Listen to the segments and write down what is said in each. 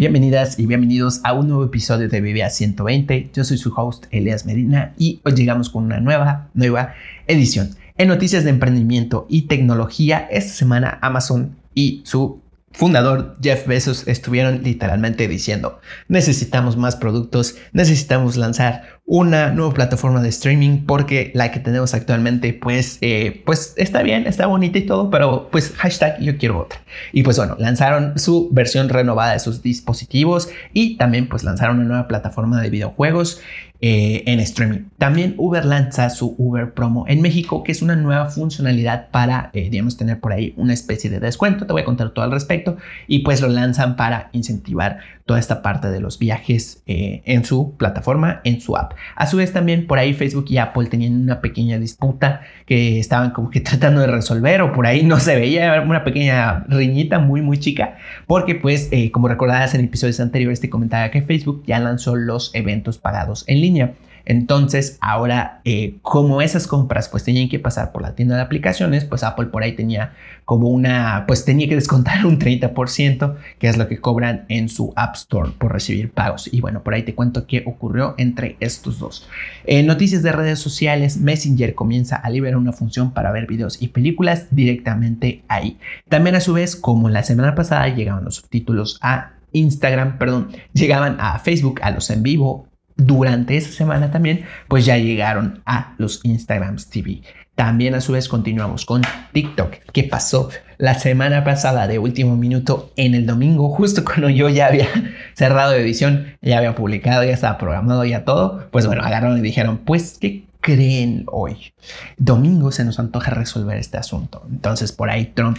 Bienvenidas y bienvenidos a un nuevo episodio de BBA 120. Yo soy su host, Elias Medina, y hoy llegamos con una nueva edición. En noticias de emprendimiento y tecnología, esta semana Amazon y su fundador Jeff Bezos estuvieron literalmente diciendo: necesitamos más productos, necesitamos lanzar una nueva plataforma de streaming porque la que tenemos actualmente pues está bien, está bonita y todo, pero pues hashtag yo quiero otra. Y pues bueno, lanzaron su versión renovada de sus dispositivos y también pues lanzaron una nueva plataforma de videojuegos en streaming. También Uber lanza su Uber Promo en México, que es una nueva funcionalidad para, tener por ahí una especie de descuento. Te voy a contar todo al respecto. Y pues lo lanzan para incentivar toda esta parte de los viajes en su plataforma, en su app. A su vez también por ahí Facebook y Apple tenían una pequeña disputa que estaban como que tratando de resolver, o por ahí no se veía, una pequeña riñita muy chica, porque pues como recordarás en episodios anteriores te comentaba que Facebook ya lanzó los eventos pagados en línea. Entonces ahora como esas compras pues tenían que pasar por la tienda de aplicaciones, pues Apple por ahí tenía como tenía que descontar un 30%, que es lo que cobran en su App Store por recibir pagos. Y bueno, por ahí te cuento qué ocurrió entre estos dos. Noticias de redes sociales: Messenger comienza a liberar una función para ver videos y películas directamente ahí. También a su vez, como la semana pasada llegaban los subtítulos a llegaban a Facebook a los en vivo. Durante esa semana también, pues ya llegaron a los Instagrams TV. También a su vez continuamos con TikTok. ¿Qué pasó la semana pasada de último minuto? En el domingo, justo cuando yo ya había cerrado edición, ya había publicado, ya estaba programado, ya todo. Pues bueno, agarraron y dijeron, pues, ¿qué creen hoy? Domingo se nos antoja resolver este asunto. Entonces por ahí Trump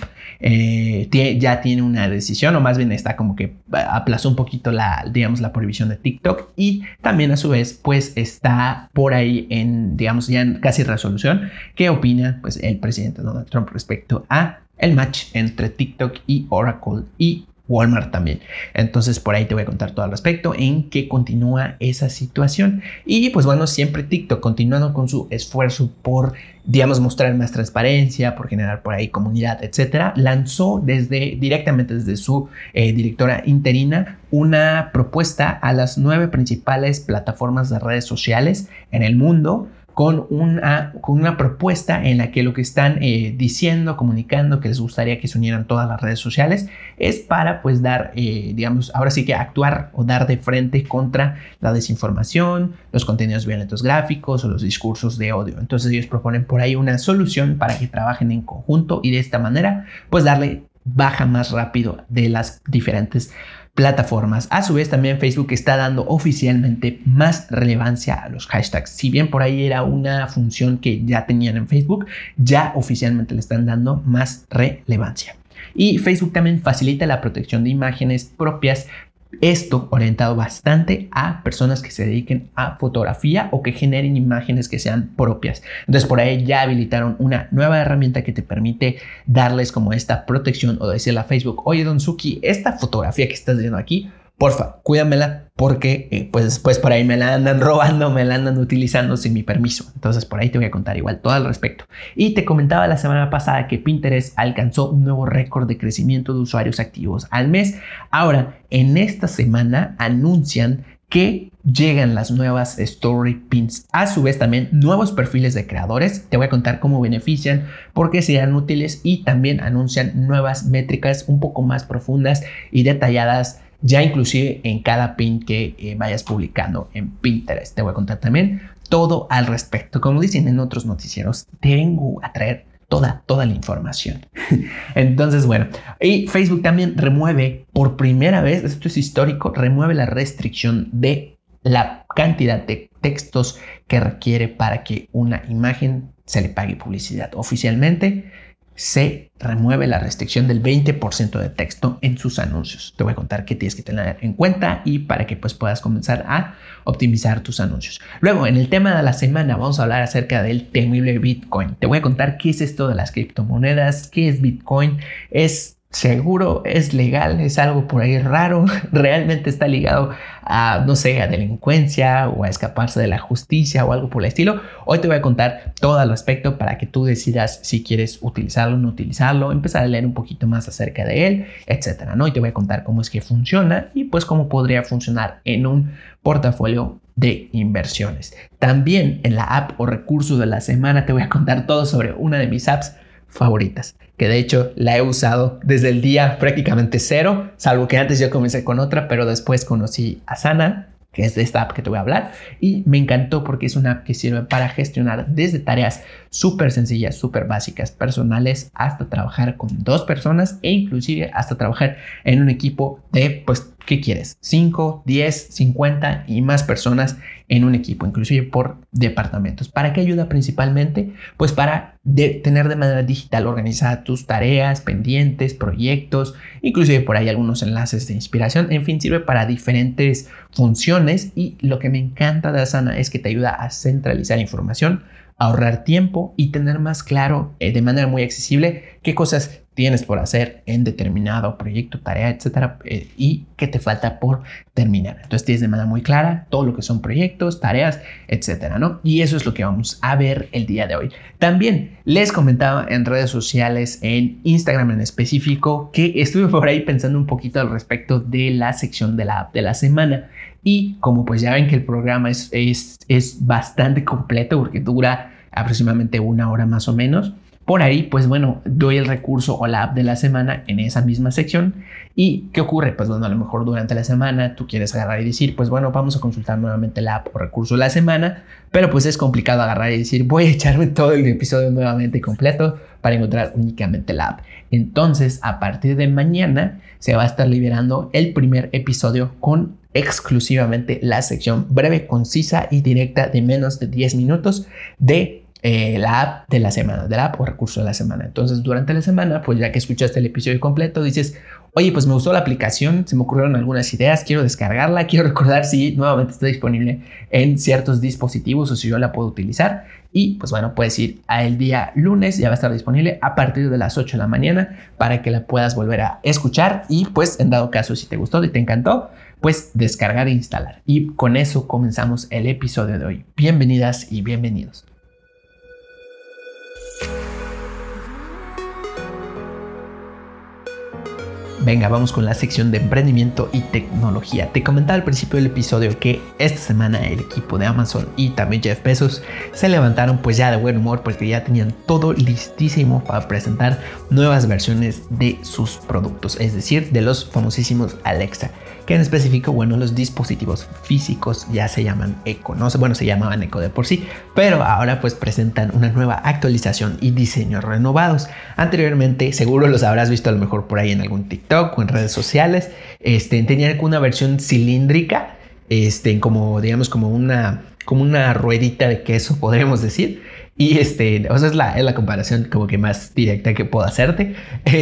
ya tiene una decisión, o más bien está como que aplazó un poquito la prohibición de TikTok, y también a su vez pues está por ahí en ya en casi resolución qué opina pues el presidente Donald Trump respecto a el match entre TikTok y Oracle y Walmart también. Entonces por ahí te voy a contar todo al respecto, en qué continúa esa situación. Y pues bueno, siempre TikTok continuando con su esfuerzo por mostrar más transparencia, por generar por ahí comunidad, etcétera, lanzó directamente desde su directora interina una propuesta a las 9 principales plataformas de redes sociales en el mundo, con una propuesta en la que lo que están comunicando que les gustaría que se unieran todas las redes sociales es para pues dar, ahora sí que actuar o dar de frente contra la desinformación, los contenidos violentos gráficos o los discursos de odio. Entonces ellos proponen por ahí una solución para que trabajen en conjunto y de esta manera pues darle baja más rápido de las diferentes plataformas. A su vez también Facebook está dando oficialmente más relevancia a los hashtags. Si bien por ahí era una función que ya tenían en Facebook, ya oficialmente le están dando más relevancia. Y Facebook también facilita la protección de imágenes propias. Esto orientado bastante a personas que se dediquen a fotografía o que generen imágenes que sean propias. Entonces por ahí ya habilitaron una nueva herramienta que te permite darles como esta protección, o decirle a Facebook: oye, Don Suki, esta fotografía que estás viendo aquí, porfa, cuídamela, porque pues después por ahí me la andan robando, me la andan utilizando sin mi permiso. Entonces por ahí te voy a contar igual todo al respecto. Y te comentaba la semana pasada que Pinterest alcanzó un nuevo récord de crecimiento de usuarios activos al mes. Ahora, en esta semana anuncian que llegan las nuevas Story Pins. A su vez también nuevos perfiles de creadores. Te voy a contar cómo benefician, por qué serán útiles, y también anuncian nuevas métricas un poco más profundas y detalladas, ya inclusive en cada pin que vayas publicando en Pinterest. Te voy a contar también todo al respecto. Como dicen en otros noticieros, te vengo a traer toda la información. Entonces, bueno, y Facebook también remueve por primera vez, esto es histórico, remueve la restricción de la cantidad de textos que requiere para que una imagen se le pague publicidad. Oficialmente se remueve la restricción del 20% de texto en sus anuncios. Te voy a contar qué tienes que tener en cuenta y para que pues puedas comenzar a optimizar tus anuncios. Luego, en el tema de la semana vamos a hablar acerca del temible Bitcoin. Te voy a contar qué es esto de las criptomonedas, qué es Bitcoin. Es seguro, es legal, es algo por ahí raro, realmente está ligado a, no sé, a delincuencia o a escaparse de la justicia o algo por el estilo. Hoy te voy a contar todo al respecto para que tú decidas si quieres utilizarlo o no utilizarlo, empezar a leer un poquito más acerca de él, etcétera, ¿no? Y te voy a contar cómo es que funciona y pues cómo podría funcionar en un portafolio de inversiones. También en la app o recurso de la semana te voy a contar todo sobre una de mis apps favoritas, que de hecho la he usado desde el día prácticamente cero, salvo que antes yo comencé con otra, pero después conocí Asana, que es de esta app que te voy a hablar, y me encantó porque es una app que sirve para gestionar desde tareas súper sencillas, súper básicas, personales, hasta trabajar con 2 personas e inclusive hasta trabajar en un equipo de, pues, ¿qué quieres? 5, 10, 50 y más personas en un equipo, inclusive por departamentos. ¿Para qué ayuda principalmente? Pues para tener de manera digital organizada tus tareas, pendientes, proyectos, inclusive por ahí algunos enlaces de inspiración. En fin, sirve para diferentes funciones y lo que me encanta de Asana es que te ayuda a centralizar información, ahorrar tiempo y tener más claro de manera muy accesible qué cosas tienes por hacer en determinado proyecto, tarea, etcétera, y qué te falta por terminar. Entonces tienes de manera muy clara todo lo que son proyectos, tareas, etcétera, ¿no? Y eso es lo que vamos a ver el día de hoy. También les comentaba en redes sociales, en Instagram en específico, que estuve por ahí pensando un poquito al respecto de la sección de la app de la semana. Y como pues ya ven que el programa es bastante completo porque dura aproximadamente 1 hora más o menos. Por ahí, pues bueno, doy el recurso o la app de la semana en esa misma sección. ¿Y qué ocurre? Pues bueno, a lo mejor durante la semana tú quieres agarrar y decir, pues bueno, vamos a consultar nuevamente la app o recurso de la semana, pero pues es complicado agarrar y decir, voy a echarme todo el episodio nuevamente completo para encontrar únicamente la app. Entonces, a partir de mañana se va a estar liberando el primer episodio con exclusivamente la sección breve, concisa y directa de menos de 10 minutos de la app de la semana, de la app o recurso de la semana. Entonces, durante la semana, pues ya que escuchaste el episodio completo, dices, oye, pues me gustó la aplicación, se me ocurrieron algunas ideas, quiero descargarla, quiero recordar si nuevamente está disponible en ciertos dispositivos o si yo la puedo utilizar. Y pues bueno, puedes ir al día lunes, ya va a estar disponible a partir de las 8 de la mañana para que la puedas volver a escuchar y pues en dado caso si te gustó y te encantó, pues descargar e instalar. Y con eso comenzamos el episodio de hoy. Bienvenidas y bienvenidos. Venga, vamos con la sección de emprendimiento y tecnología. Te comentaba al principio del episodio que esta semana el equipo de Amazon y también Jeff Bezos se levantaron pues ya de buen humor porque ya tenían todo listísimo para presentar nuevas versiones de sus productos, es decir, de los famosísimos Alexa, que en específico, bueno, los dispositivos físicos ya se llaman Echo, ¿no? Bueno, se llamaban Echo de por sí, pero ahora pues presentan una nueva actualización y diseños renovados. Anteriormente, seguro los habrás visto a lo mejor por ahí en algún TikTok o en redes sociales, tenían una versión cilíndrica, como digamos como una ruedita de queso, podríamos decir. Y o sea, es la comparación como que más directa que puedo hacerte.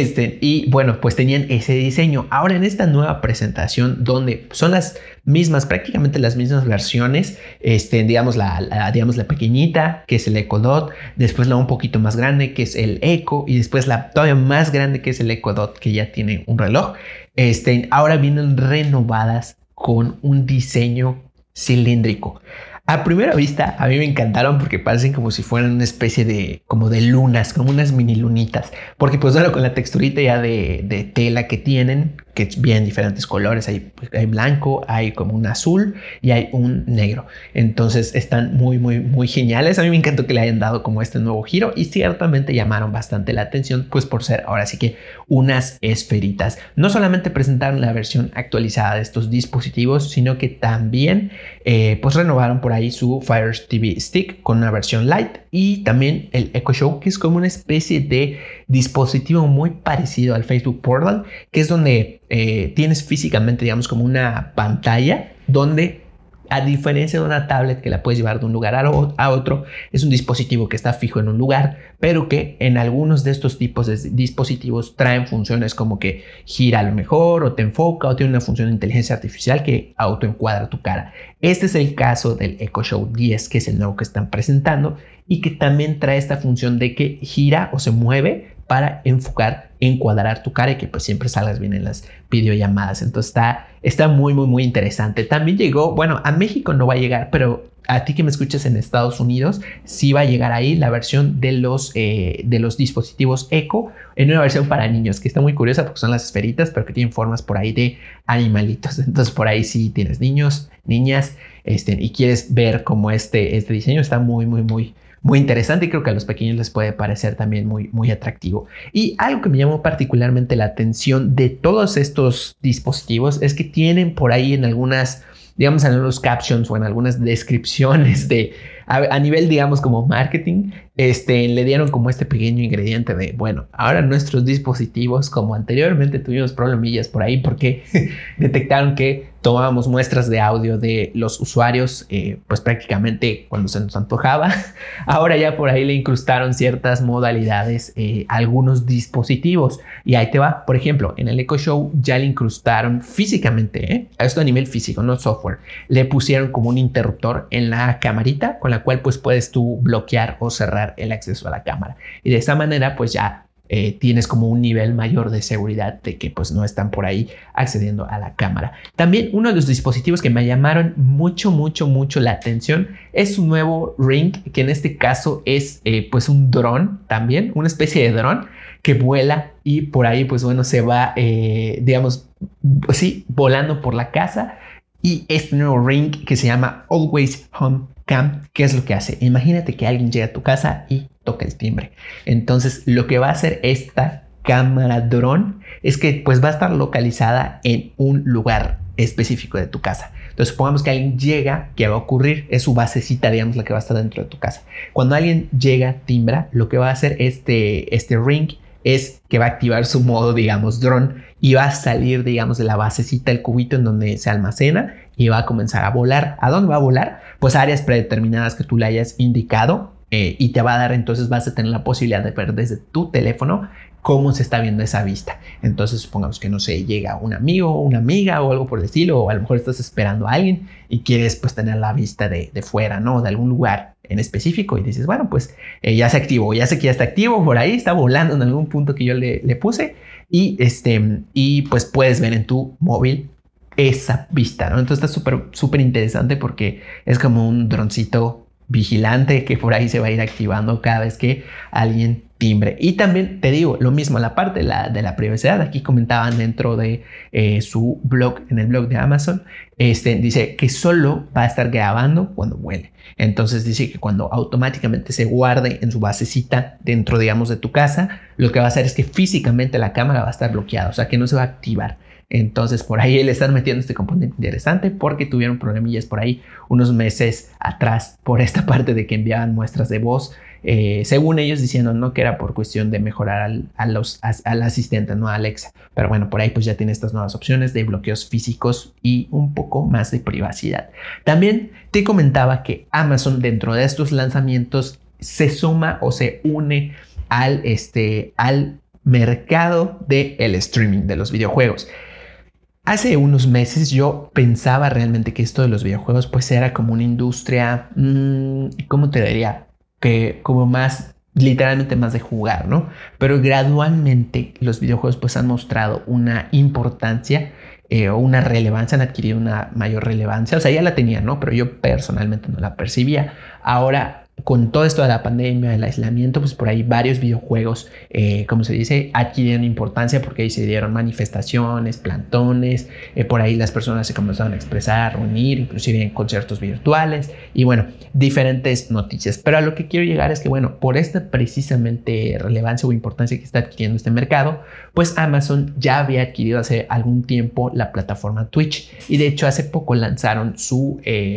Y bueno, pues tenían ese diseño. Ahora en esta nueva presentación, donde son las mismas, prácticamente las mismas versiones, digamos la pequeñita, que es el Echo Dot, después la un poquito más grande, que es el Echo, y después la todavía más grande, que es el Echo Dot, que ya tiene un reloj. Ahora vienen renovadas con un diseño cilíndrico. A primera vista a mí me encantaron porque parecen como si fueran una especie de lunas, como unas mini lunitas, porque pues bueno, con la texturita ya de tela que tienen, que vienen diferentes colores, hay blanco, hay como un azul y hay un negro, entonces están muy muy muy geniales. A mí me encantó que le hayan dado como este nuevo giro y ciertamente llamaron bastante la atención pues por ser ahora sí que unas esferitas. No solamente presentaron la versión actualizada de estos dispositivos, sino que también pues renovaron por ahí su Fire TV Stick con una versión light y también el Echo Show, que es como una especie de dispositivo muy parecido al Facebook Portal, que es donde tienes físicamente, digamos, como una pantalla donde, a diferencia de una tablet que la puedes llevar de un lugar a otro, es un dispositivo que está fijo en un lugar, pero que en algunos de estos tipos de dispositivos traen funciones como que gira a lo mejor o te enfoca o tiene una función de inteligencia artificial que autoencuadra tu cara. Este es el caso del Echo Show 10, que es el nuevo que están presentando y que también trae esta función de que gira o se mueve para encuadrar tu cara y que pues siempre salgas bien en las videollamadas. Entonces está muy, muy, muy interesante. También llegó, bueno, a México no va a llegar, pero a ti que me escuchas en Estados Unidos, sí va a llegar ahí la versión de los dispositivos Echo en una versión para niños, que está muy curiosa porque son las esferitas, pero que tienen formas por ahí de animalitos. Entonces por ahí sí tienes niños, niñas, y quieres ver cómo este diseño está muy, muy, muy, muy interesante, y creo que a los pequeños les puede parecer también muy, muy atractivo. Y algo que me llamó particularmente la atención de todos estos dispositivos es que tienen por ahí en algunas, digamos, en los captions o en algunas descripciones a nivel, digamos, como marketing, le dieron como este pequeño ingrediente de, bueno, ahora nuestros dispositivos, como anteriormente tuvimos problemillas por ahí porque detectaron que tomábamos muestras de audio de los usuarios, pues prácticamente cuando se nos antojaba. Ahora ya por ahí le incrustaron ciertas modalidades a algunos dispositivos. Y ahí te va, por ejemplo, en el Echo Show ya le incrustaron físicamente, esto a nivel físico, no software, le pusieron como un interruptor en la camarita con la cual pues puedes tú bloquear o cerrar el acceso a la cámara. Y de esa manera pues ya tienes como un nivel mayor de seguridad de que pues no están por ahí accediendo a la cámara. También uno de los dispositivos que me llamaron mucho la atención es un nuevo Ring, que en este caso es pues un dron también, una especie de dron que vuela y por ahí pues bueno se va digamos sí, volando por la casa. Y este nuevo Ring que se llama Always Home Cam, ¿qué es lo que hace? Imagínate que alguien llega a tu casa y toca el timbre. Entonces lo que va a hacer esta cámara dron es que pues va a estar localizada en un lugar específico de tu casa. Entonces supongamos que alguien llega, ¿qué va a ocurrir? Es su basecita, digamos, la que va a estar dentro de tu casa. Cuando alguien llega, timbra, lo que va a hacer este Ring es que va a activar su modo, digamos, dron, y va a salir, digamos, de la basecita, el cubito en donde se almacena, y va a comenzar a volar. ¿A dónde va a volar? Pues a áreas predeterminadas que tú le hayas indicado, y te va a dar, entonces vas a tener la posibilidad de ver desde tu teléfono cómo se está viendo esa vista. Entonces supongamos que no sé, llega un amigo o una amiga o algo por el estilo, o a lo mejor estás esperando a alguien y quieres pues tener la vista de fuera, ¿no? De algún lugar en específico, y dices, bueno, pues ya se activó, ya sé que ya está activo, por ahí está volando en algún punto que yo le puse, y pues puedes ver en tu móvil esa vista, ¿no? Entonces está súper interesante porque es como un droncito vigilante que por ahí se va a ir activando cada vez que alguien timbre. Y también te digo lo mismo, la parte de la privacidad. Aquí comentaban dentro de su blog, en el blog de Amazon, dice que solo va a estar grabando cuando vuele. Entonces dice que cuando automáticamente se guarde en su basecita dentro, digamos, de tu casa, lo que va a hacer es que físicamente la cámara va a estar bloqueada, o sea que no se va a activar. Entonces por ahí le están metiendo este componente interesante porque tuvieron problemillas por ahí unos meses atrás por esta parte de que enviaban muestras de voz, según ellos diciendo, ¿no?, que era por cuestión de mejorar al asistente, no a Alexa. Pero bueno, por ahí pues ya tiene estas nuevas opciones de bloqueos físicos y un poco más de privacidad. También te comentaba que Amazon dentro de estos lanzamientos se suma o se une al mercado del streaming de los videojuegos. Hace unos meses yo pensaba realmente que esto de los videojuegos pues era como una industria, ¿cómo te diría? Que como más, literalmente más de jugar, ¿no? Pero gradualmente los videojuegos pues han mostrado una importancia o una relevancia, han adquirido una mayor relevancia. O sea, ya la tenían, ¿no? Pero yo personalmente no la percibía. Ahora, con todo esto de la pandemia, el aislamiento, pues por ahí varios videojuegos, como se dice, adquirieron importancia porque ahí se dieron manifestaciones, plantones, por ahí las personas se comenzaron a expresar, a reunir, inclusive en conciertos virtuales y bueno, diferentes noticias. Pero a lo que quiero llegar es que bueno, por esta precisamente relevancia o importancia que está adquiriendo este mercado, pues Amazon ya había adquirido hace algún tiempo la plataforma Twitch, y de hecho hace poco lanzaron su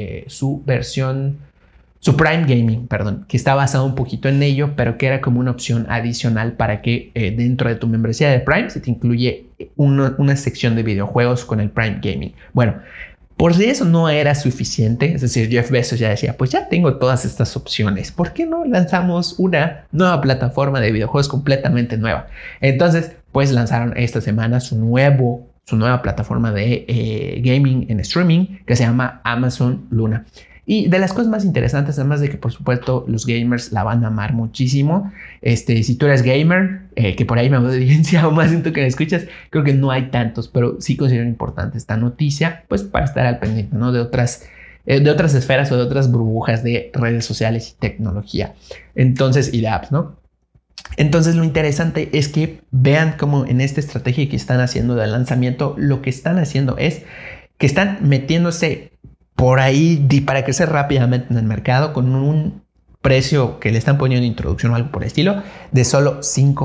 Prime Gaming, perdón, que está basado un poquito en ello, pero que era como una opción adicional para que dentro de tu membresía de Prime se te incluye una sección de videojuegos con el Prime Gaming. Bueno, por si eso no era suficiente, es decir, Jeff Bezos ya decía, pues ya tengo todas estas opciones, ¿por qué no lanzamos una nueva plataforma de videojuegos completamente nueva? Entonces, pues lanzaron esta semana su nueva plataforma de gaming en streaming que se llama Amazon Luna. Y de las cosas más interesantes, además de que por supuesto los gamers la van a amar muchísimo, si tú eres gamer, que por ahí me audiencia o más siento que me escuchas, creo que no hay tantos, pero sí considero importante esta noticia, pues para estar al pendiente, ¿no? De otras esferas o de otras burbujas de redes sociales y tecnología. Entonces, y de apps, ¿no? Entonces lo interesante es que vean cómo en esta estrategia que están haciendo de lanzamiento, lo que están haciendo es que están metiéndose por ahí para crecer rápidamente en el mercado con un precio que le están poniendo de introducción o algo por el estilo de solo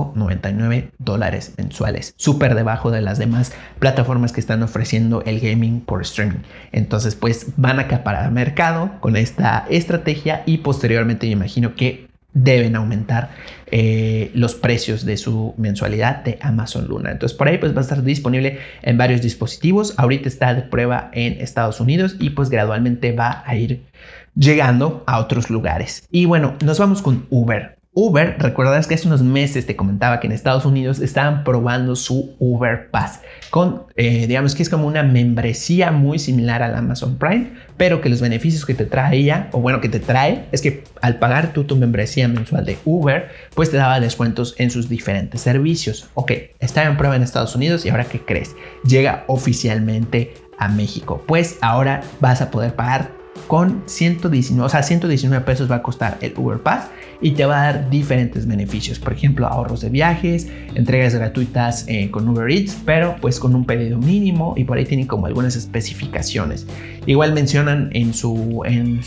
$5.99 mensuales, súper debajo de las demás plataformas que están ofreciendo el gaming por streaming. Entonces pues van a acaparar mercado con esta estrategia y posteriormente me imagino que deben aumentar los precios de su mensualidad de Amazon Luna. Entonces por ahí pues va a estar disponible en varios dispositivos. Ahorita está de prueba en Estados Unidos y pues gradualmente va a ir llegando a otros lugares. Y bueno, nos vamos con Uber. Uber, recuerdas que hace unos meses te comentaba que en Estados Unidos estaban probando su Uber Pass con, digamos que es como una membresía muy similar al Amazon Prime, pero que los beneficios que te traía, o bueno, que te trae, es que al pagar tú tu membresía mensual de Uber, pues te daba descuentos en sus diferentes servicios. Ok, estaba en prueba en Estados Unidos y ahora ¿qué crees? Llega oficialmente a México. Pues ahora vas a poder pagar con 119 pesos va a costar el Uber Pass y te va a dar diferentes beneficios, por ejemplo ahorros de viajes, entregas gratuitas con Uber Eats, pero pues con un pedido mínimo, y por ahí tienen como algunas especificaciones. Igual mencionan en su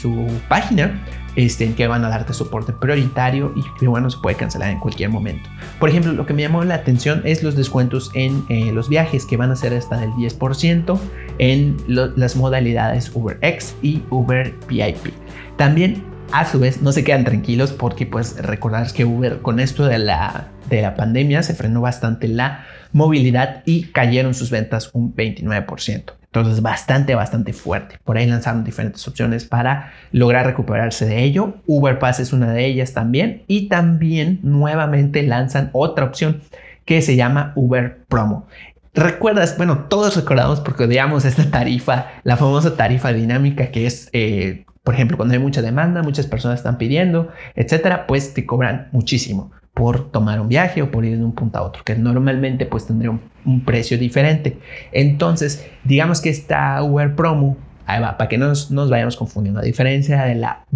página que van a darte soporte prioritario y que bueno, se puede cancelar en cualquier momento. Por ejemplo, lo que me llamó la atención es los descuentos en los viajes, que van a ser hasta del 10% en las modalidades UberX y Uber VIP. También a su vez no se quedan tranquilos porque pues recordar que Uber con esto de la pandemia se frenó bastante la movilidad y cayeron sus ventas un 29%. Entonces bastante fuerte. Por ahí lanzaron diferentes opciones para lograr recuperarse de ello. Uber Pass es una de ellas también. Y también nuevamente lanzan otra opción que se llama Uber Promo. ¿Recuerdas? Bueno, todos recordamos porque odiamos esta tarifa, la famosa tarifa dinámica que es... por ejemplo, cuando hay mucha demanda, muchas personas están pidiendo, etcétera, pues te cobran muchísimo por tomar un viaje o por ir de un punto a otro, que normalmente pues tendría un precio diferente. Entonces, digamos que esta Uber Promo, ahí va, para que no nos vayamos confundiendo, a diferencia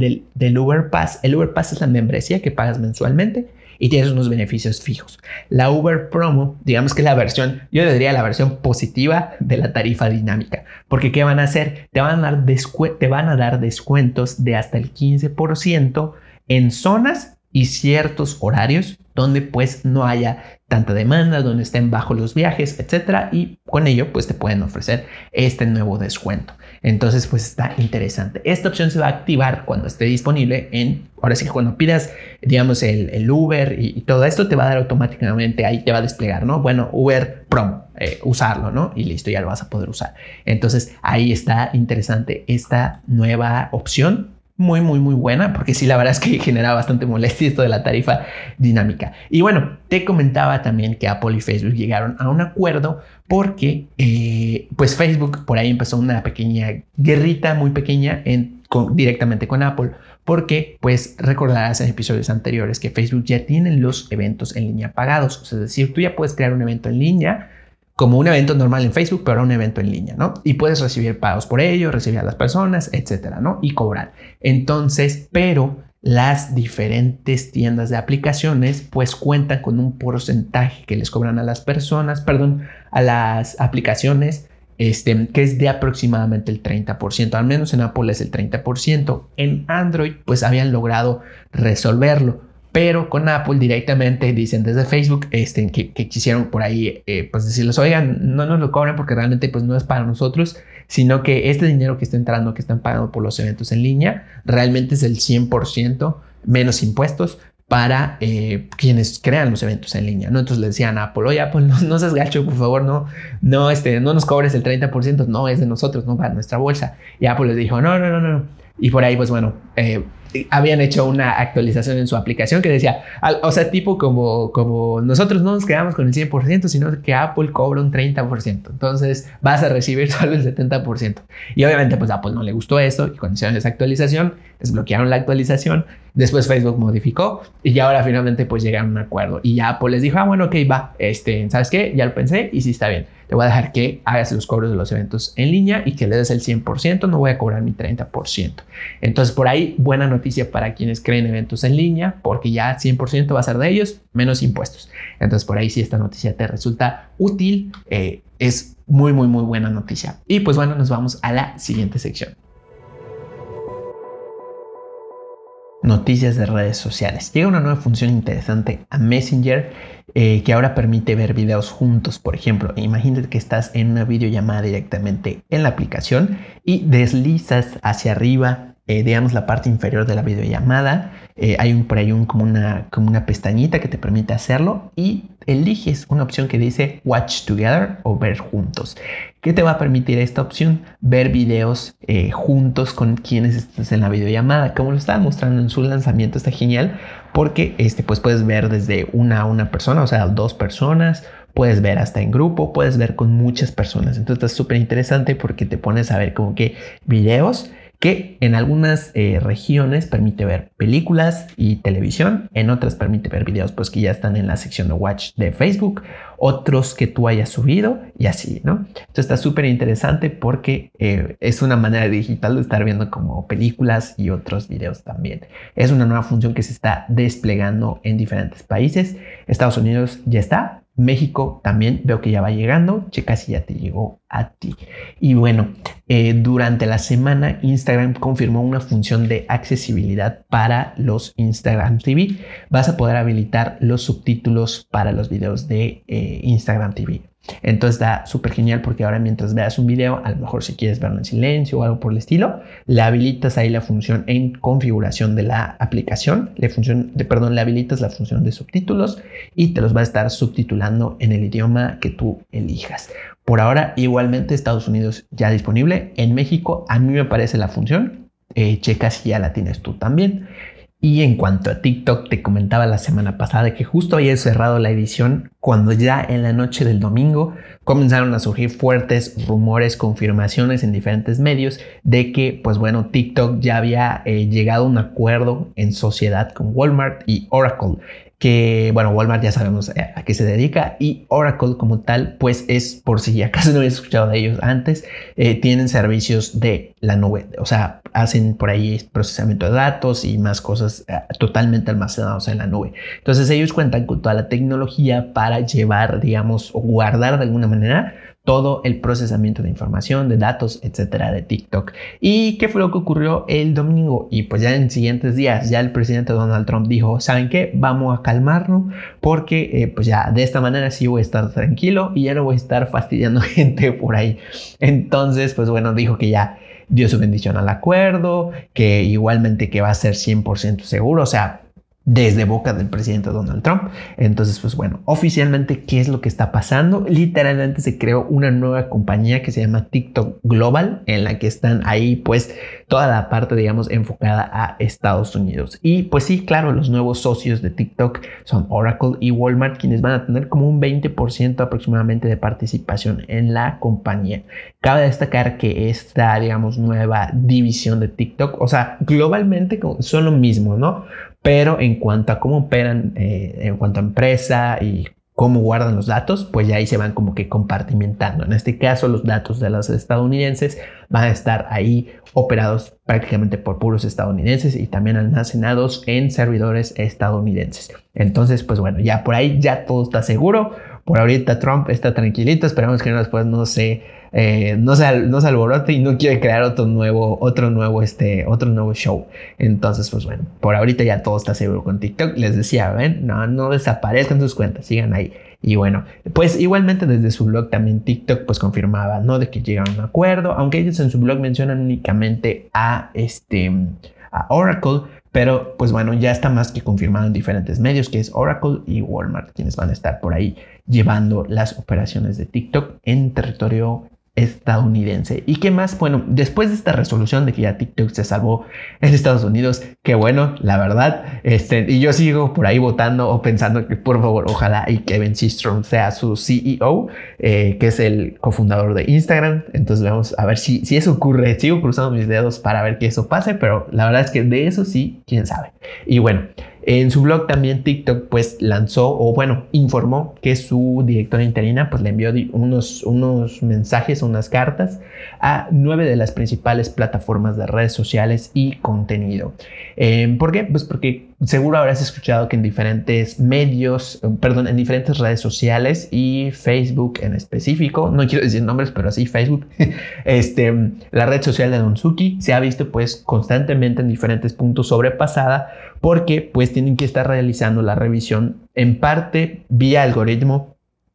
del Uber Pass, el Uber Pass es la membresía que pagas mensualmente y tienes unos beneficios fijos. La Uber Promo, digamos que es la versión, yo le diría la versión positiva de la tarifa dinámica, porque ¿qué van a hacer? Te van a dar descuentos de hasta el 15% en zonas y ciertos horarios donde pues no haya tanta demanda, donde estén bajos los viajes, etcétera, y con ello pues te pueden ofrecer este nuevo descuento. Entonces pues está interesante. Esta opción se va a activar cuando esté disponible ahora sí que cuando pidas, digamos, el Uber y todo esto te va a dar automáticamente, ahí te va a desplegar, ¿no? Bueno, Uber Promo, usarlo, ¿no? Y listo, ya lo vas a poder usar. Entonces ahí está interesante esta nueva opción. Muy buena, porque sí, la verdad es que genera bastante molestia esto de la tarifa dinámica. Y bueno, te comentaba también que Apple y Facebook llegaron a un acuerdo porque pues Facebook por ahí empezó una pequeña guerrita muy pequeña directamente con Apple, porque pues recordarás en episodios anteriores que Facebook ya tiene los eventos en línea pagados. O sea, es decir, tú ya puedes crear un evento en línea como un evento normal en Facebook, pero un evento en línea, ¿no? Y puedes recibir pagos por ello, recibir a las personas, etcétera, ¿no? Y cobrar. Entonces, pero las diferentes tiendas de aplicaciones pues cuentan con un porcentaje que les cobran a las personas, a las aplicaciones, que es de aproximadamente el 30%, al menos en Apple es el 30%. En Android pues habían logrado resolverlo, pero con Apple directamente dicen desde Facebook que quisieron por ahí pues decirles, oigan, no nos lo cobren porque realmente pues no es para nosotros, sino que este dinero que está entrando, que están pagando por los eventos en línea, realmente es el 100% menos impuestos para quienes crean los eventos en línea, ¿no? Entonces le decían a Apple, oye Apple, no seas gacho, por favor, no nos cobres el 30%, no es de nosotros, no para nuestra bolsa. Y Apple les dijo, no. Y por ahí, pues bueno, habían hecho una actualización en su aplicación que decía, o sea, tipo como nosotros no nos quedamos con el 100%, sino que Apple cobra un 30%. Entonces vas a recibir solo el 70%. Y obviamente pues a Apple no le gustó esto y cuando hicieron esa actualización, desbloquearon la actualización. Después Facebook modificó y ahora finalmente pues llegaron a un acuerdo. Y ya Apple les dijo, bueno, ok, va, ¿sabes qué? Ya lo pensé y sí está bien. Te voy a dejar que hagas los cobros de los eventos en línea y que le des el 100%, no voy a cobrar mi 30%. Entonces, por ahí, buena noticia para quienes creen eventos en línea, porque ya 100% va a ser de ellos, menos impuestos. Entonces, por ahí, si esta noticia te resulta útil, es muy, muy, muy buena noticia. Y pues bueno, nos vamos a la siguiente sección. Noticias de redes sociales. Llega una nueva función interesante a Messenger que ahora permite ver videos juntos. Por ejemplo, imagínate que estás en una videollamada directamente en la aplicación y deslizas hacia arriba, digamos la parte inferior de la videollamada. Hay por ahí como una pestañita que te permite hacerlo y eliges una opción que dice Watch Together o ver juntos. ¿Qué te va a permitir esta opción? Ver videos juntos con quienes estés en la videollamada. Como lo estaba mostrando en su lanzamiento, está genial porque pues puedes ver desde una persona, o sea, 2 personas. Puedes ver hasta en grupo, puedes ver con muchas personas. Entonces está súper interesante porque te pones a ver como que videos que en algunas regiones permite ver películas y televisión, en otras permite ver videos pues que ya están en la sección de Watch de Facebook, otros que tú hayas subido y así, ¿no? Esto está súper interesante porque es una manera digital de estar viendo como películas y otros videos también. Es una nueva función que se está desplegando en diferentes países. Estados Unidos ya está. México también veo que ya va llegando. Checa si ya te llegó a ti. Y bueno, durante la semana Instagram confirmó una función de accesibilidad para los Instagram TV. Vas a poder habilitar los subtítulos para los videos de Instagram TV. Entonces está súper genial porque ahora mientras veas un video, a lo mejor si quieres verlo en silencio o algo por el estilo, le habilitas ahí la función en configuración de la aplicación, le habilitas la función de subtítulos y te los va a estar subtitulando en el idioma que tú elijas. Por ahora, igualmente Estados Unidos ya disponible. En México, a mí me parece la función. Checa si ya la tienes tú también. Y en cuanto a TikTok, te comentaba la semana pasada que justo había cerrado la edición cuando ya en la noche del domingo comenzaron a surgir fuertes rumores, confirmaciones en diferentes medios de que, pues bueno, TikTok ya había llegado a un acuerdo en sociedad con Walmart y Oracle. Que bueno, Walmart ya sabemos a qué se dedica y Oracle como tal pues es, por si acaso no habías escuchado de ellos antes, tienen servicios de la nube, o sea, hacen por ahí procesamiento de datos y más cosas totalmente almacenados en la nube. Entonces ellos cuentan con toda la tecnología para llevar, digamos, o guardar de alguna manera todo el procesamiento de información, de datos, etcétera, de TikTok. ¿Y qué fue lo que ocurrió el domingo? Y pues ya en siguientes días, ya el presidente Donald Trump dijo, ¿saben qué? Vamos a calmarnos porque pues ya de esta manera sí voy a estar tranquilo y ya no voy a estar fastidiando gente por ahí. Entonces, pues bueno, dijo que ya dio su bendición al acuerdo, que igualmente que va a ser 100% seguro, o sea, desde boca del presidente Donald Trump. Entonces, pues bueno, oficialmente, ¿qué es lo que está pasando? Literalmente se creó una nueva compañía que se llama TikTok Global, en la que están ahí pues toda la parte, digamos, enfocada a Estados Unidos. Y pues sí, claro, los nuevos socios de TikTok son Oracle y Walmart, quienes van a tener como un 20% aproximadamente de participación en la compañía. Cabe destacar que esta, digamos, nueva división de TikTok, o sea, globalmente son lo mismo, ¿no? Pero en cuanto a cómo operan, en cuanto a empresa y cómo guardan los datos, pues ya ahí se van como que compartimentando. En este caso, los datos de los estadounidenses van a estar ahí operados prácticamente por puros estadounidenses y también almacenados en servidores estadounidenses. Entonces, pues bueno, ya por ahí ya todo está seguro. Por ahorita Trump está tranquilito. Esperamos que después no se alborote y no quiere crear otro nuevo show. Entonces, pues bueno, por ahorita ya todo está seguro con TikTok. Les decía, ven, no desaparezcan sus cuentas, sigan ahí. Y bueno, pues igualmente desde su blog también TikTok pues confirmaba, ¿no? De que llegaron a un acuerdo, aunque ellos en su blog mencionan únicamente a Oracle. Pero pues bueno, ya está más que confirmado en diferentes medios que es Oracle y Walmart quienes van a estar por ahí llevando las operaciones de TikTok en territorio estadounidense. ¿Y qué más? Bueno, después de esta resolución de que ya TikTok se salvó en Estados Unidos, qué bueno, la verdad, y yo sigo por ahí votando o pensando que por favor, ojalá y Kevin Systrom sea su CEO, que es el cofundador de Instagram. Entonces vamos a ver si eso ocurre. Sigo cruzando mis dedos para ver que eso pase, pero la verdad es que de eso sí, quién sabe. Y bueno, en su blog también TikTok pues lanzó o bueno informó que su directora interina pues le envió unos mensajes, unas cartas a 9 de las principales plataformas de redes sociales y contenido. ¿Por qué? Pues porque seguro habrás escuchado que en diferentes medios, en diferentes redes sociales y Facebook en específico, no quiero decir nombres, pero sí Facebook, la red social de Don Suki se ha visto pues constantemente en diferentes puntos sobrepasada porque pues tienen que estar realizando la revisión en parte vía algoritmo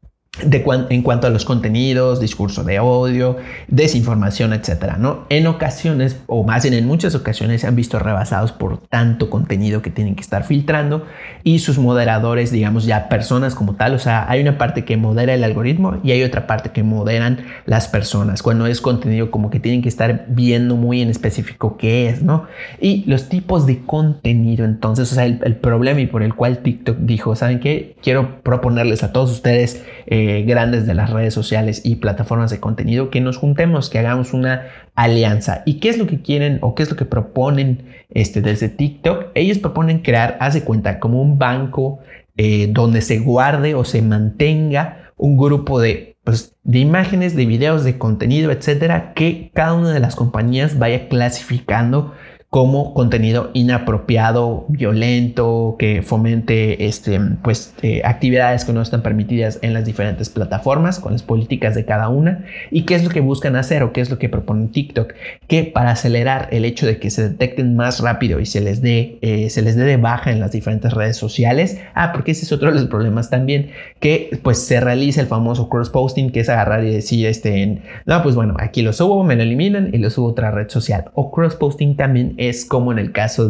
en cuanto a los contenidos, discurso de odio, desinformación, etcétera, ¿no? En ocasiones, o más bien en muchas ocasiones, se han visto rebasados por tanto contenido que tienen que estar filtrando y sus moderadores, digamos ya personas como tal, o sea, hay una parte que modera el algoritmo y hay otra parte que moderan las personas. Cuando es contenido como que tienen que estar viendo muy en específico qué es, ¿no? Y los tipos de contenido, entonces, o sea, el problema y por el cual TikTok dijo, ¿saben qué? Quiero proponerles a todos ustedes grandes de las redes sociales y plataformas de contenido que nos juntemos, que hagamos una alianza. ¿Y qué es lo que quieren o qué es lo que proponen desde TikTok? Ellos proponen crear, haz de cuenta, como un banco donde se guarde o se mantenga un grupo de imágenes, de videos, de contenido, etcétera, que cada una de las compañías vaya clasificando como contenido inapropiado, violento, que fomente actividades que no están permitidas en las diferentes plataformas con las políticas de cada una. ¿Y qué es lo que buscan hacer o qué es lo que propone TikTok? Que para acelerar el hecho de que se detecten más rápido y se les dé de baja en las diferentes redes sociales, porque ese es otro de los problemas también, que pues se realiza el famoso cross-posting, que es agarrar y decir, no, pues bueno, aquí lo subo, me lo eliminan y lo subo a otra red social. O cross-posting también es como en el caso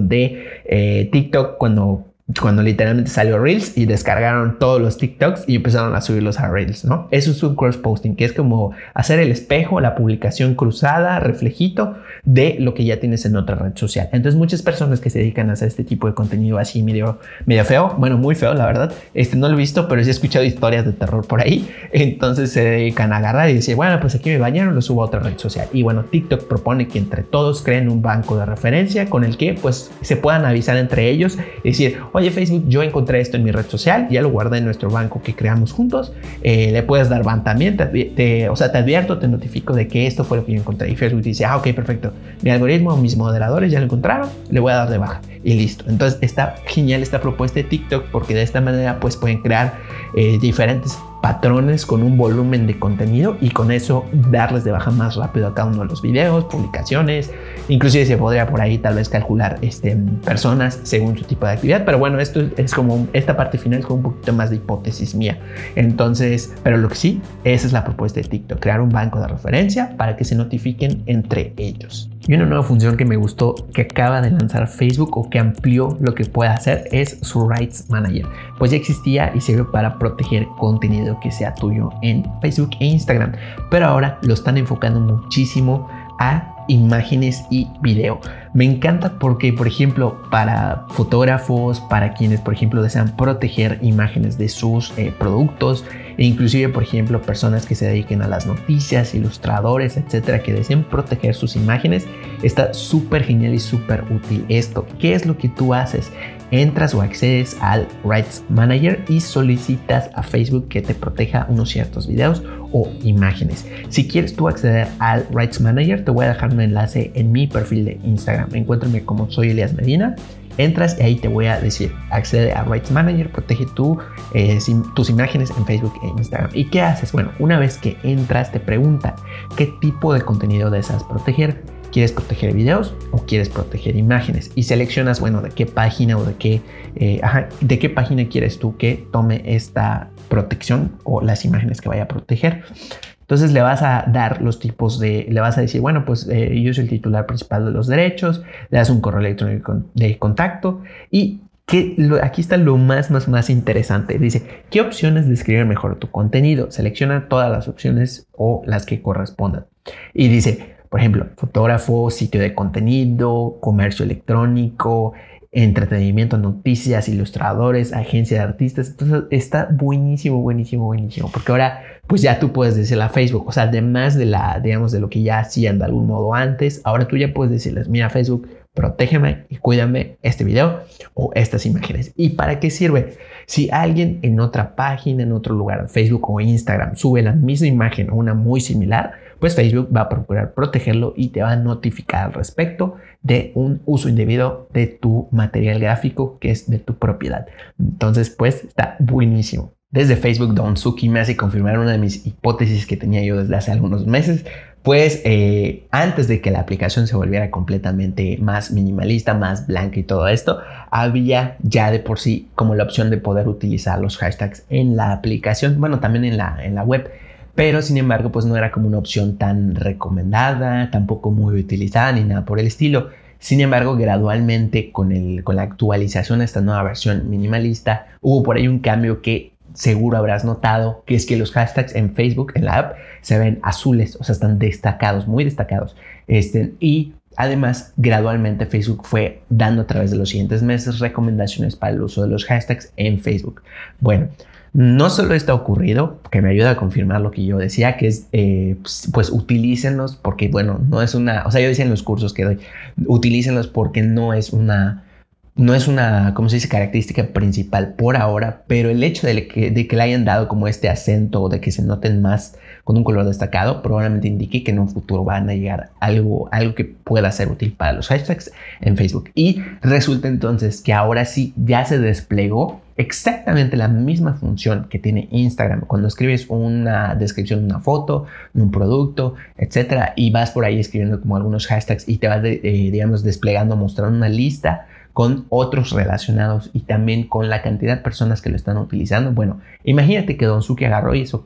de TikTok cuando literalmente salió Reels y descargaron todos los TikToks y empezaron a subirlos a Reels, ¿no? Eso es un cross-posting, que es como hacer el espejo, la publicación cruzada, reflejito de lo que ya tienes en otra red social. Entonces muchas personas que se dedican a hacer este tipo de contenido así medio feo, bueno, muy feo la verdad, no lo he visto, pero sí he escuchado historias de terror por ahí, entonces se dedican a agarrar y decir, bueno, pues aquí me bañaron, lo subo a otra red social. Y bueno, TikTok propone que entre todos creen un banco de referencia con el que pues se puedan avisar entre ellos y decir, oye Facebook, yo encontré esto en mi red social, ya lo guardé en nuestro banco que creamos juntos, le puedes dar ban también, te advierto, te notifico de que esto fue lo que yo encontré. Y Facebook dice, ok, perfecto, mi algoritmo, mis moderadores ya lo encontraron, le voy a dar de baja y listo. Entonces está genial esta propuesta de TikTok porque de esta manera pues pueden crear diferentes patrones con un volumen de contenido y con eso darles de baja más rápido a cada uno de los videos, publicaciones, inclusive se podría por ahí tal vez calcular personas según su tipo de actividad, pero bueno, esto es como, esta parte final es como un poquito más de hipótesis mía. Entonces, pero lo que sí, esa es la propuesta de TikTok, crear un banco de referencia para que se notifiquen entre ellos. Y una nueva función que me gustó que acaba de lanzar Facebook o que amplió lo que puede hacer es su Rights Manager. Pues ya existía y sirve para proteger contenido que sea tuyo en Facebook e Instagram, pero ahora lo están enfocando muchísimo a imágenes y video. Me encanta porque, por ejemplo, para fotógrafos, para quienes, por ejemplo, desean proteger imágenes de sus productos, e inclusive, por ejemplo, personas que se dediquen a las noticias, ilustradores, etcétera, que deseen proteger sus imágenes, está súper genial y súper útil esto. ¿Qué es lo que tú haces? Entras o accedes al Rights Manager y solicitas a Facebook que te proteja unos ciertos videos o imágenes. Si quieres tú acceder al Rights Manager, te voy a dejar un enlace en mi perfil de Instagram. Encuéntrame como soy Elías Medina. Entras y ahí te voy a decir, accede a Rights Manager, protege tus imágenes en Facebook e Instagram. ¿Y qué haces? Bueno, una vez que entras te pregunta qué tipo de contenido deseas proteger. ¿Quieres proteger videos o quieres proteger imágenes? Y seleccionas, bueno, de qué página o de qué página quieres tú que tome esta protección o las imágenes que vaya a proteger. Entonces le vas a dar los tipos le vas a decir, bueno, pues yo soy el titular principal de los derechos, le das un correo electrónico de contacto y Aquí está lo más interesante. Dice, ¿qué opciones describen mejor tu contenido? Selecciona todas las opciones o las que correspondan. Y dice, por ejemplo, fotógrafo, sitio de contenido, comercio electrónico, entretenimiento, noticias, ilustradores, agencia de artistas. Entonces está buenísimo, porque ahora pues ya tú puedes decirle a Facebook, o sea, además de digamos, de lo que ya hacían de algún modo antes, ahora tú ya puedes decirles, mira Facebook, protégeme y cuídame este video o estas imágenes. ¿Y para qué sirve? Si alguien en otra página, en otro lugar, Facebook o Instagram, sube la misma imagen o una muy similar, pues Facebook va a procurar protegerlo y te va a notificar al respecto de un uso indebido de tu material gráfico que es de tu propiedad. Entonces, pues está buenísimo. Desde Facebook, Don Suki me hace confirmar una de mis hipótesis que tenía yo desde hace algunos meses. Pues antes de que la aplicación se volviera completamente más minimalista, más blanca y todo esto, había ya de por sí como la opción de poder utilizar los hashtags en la aplicación, bueno, también en la web. Pero sin embargo, pues no era como una opción tan recomendada, tampoco muy utilizada ni nada por el estilo. Sin embargo, gradualmente con la actualización de esta nueva versión minimalista, hubo por ahí un cambio que seguro habrás notado, que es que los hashtags en Facebook, en la app, se ven azules, o sea, están destacados, muy destacados. Y además, gradualmente Facebook fue dando a través de los siguientes meses recomendaciones para el uso de los hashtags en Facebook. Bueno, no solo esto ha ocurrido, que me ayuda a confirmar lo que yo decía, que es, pues utilícenlos porque, bueno, no es una, o sea, yo decía en los cursos que doy, utilícenlos porque no es una, ¿cómo se dice?, característica principal por ahora, pero el hecho de que le hayan dado como este acento o de que se noten más con un color destacado, probablemente indique que en un futuro van a llegar algo que pueda ser útil para los hashtags en Facebook. Y resulta entonces que ahora sí ya se desplegó exactamente la misma función que tiene Instagram cuando escribes una descripción de una foto, de un producto, etcétera, y vas por ahí escribiendo como algunos hashtags y te vas digamos desplegando, mostrando una lista con otros relacionados y también con la cantidad de personas que lo están utilizando. Bueno, imagínate que Don Suki agarró y hizo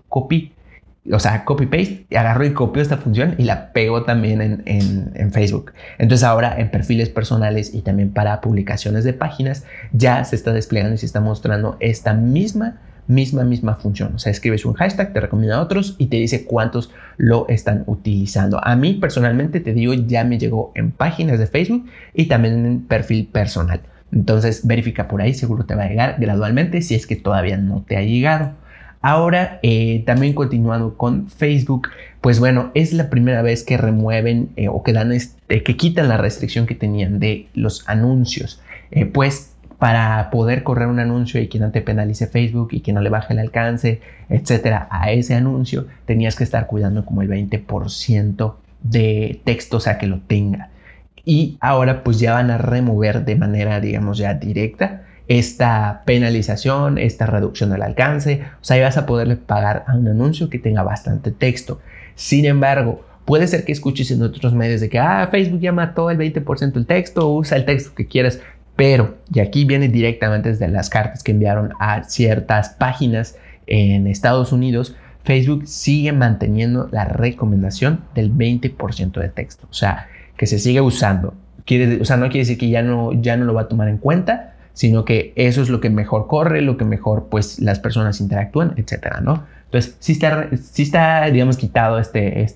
copy-paste, agarró y copió esta función y la pegó también en Facebook. Entonces ahora en perfiles personales y también para publicaciones de páginas ya se está desplegando y se está mostrando esta misma función. O sea, escribes un hashtag, te recomienda a otros y te dice cuántos lo están utilizando. A mí personalmente, te digo, ya me llegó en páginas de Facebook y también en perfil personal. Entonces verifica por ahí, seguro te va a llegar gradualmente si es que todavía no te ha llegado. Ahora, también continuando con Facebook, pues bueno, es la primera vez que remueven o que quitan la restricción que tenían de los anuncios. Pues para poder correr un anuncio y que no te penalice Facebook y que no le baje el alcance, etcétera, a ese anuncio, tenías que estar cuidando como el 20% de texto, o sea, que lo tenga. Y ahora pues ya van a remover de manera, digamos, ya directa esta penalización, esta reducción del alcance. O sea, ya vas a poderle pagar a un anuncio que tenga bastante texto. Sin embargo, puede ser que escuches en otros medios de que Facebook ya mató el 20% del texto, usa el texto que quieras. Pero, y aquí viene directamente desde las cartas que enviaron a ciertas páginas en Estados Unidos, Facebook sigue manteniendo la recomendación del 20% de texto. O sea, que se sigue usando. O sea, no quiere decir que ya no lo va a tomar en cuenta, sino que eso es lo que mejor corre, lo que mejor pues las personas interactúan, etcétera, ¿no? Entonces, sí está digamos, quitado este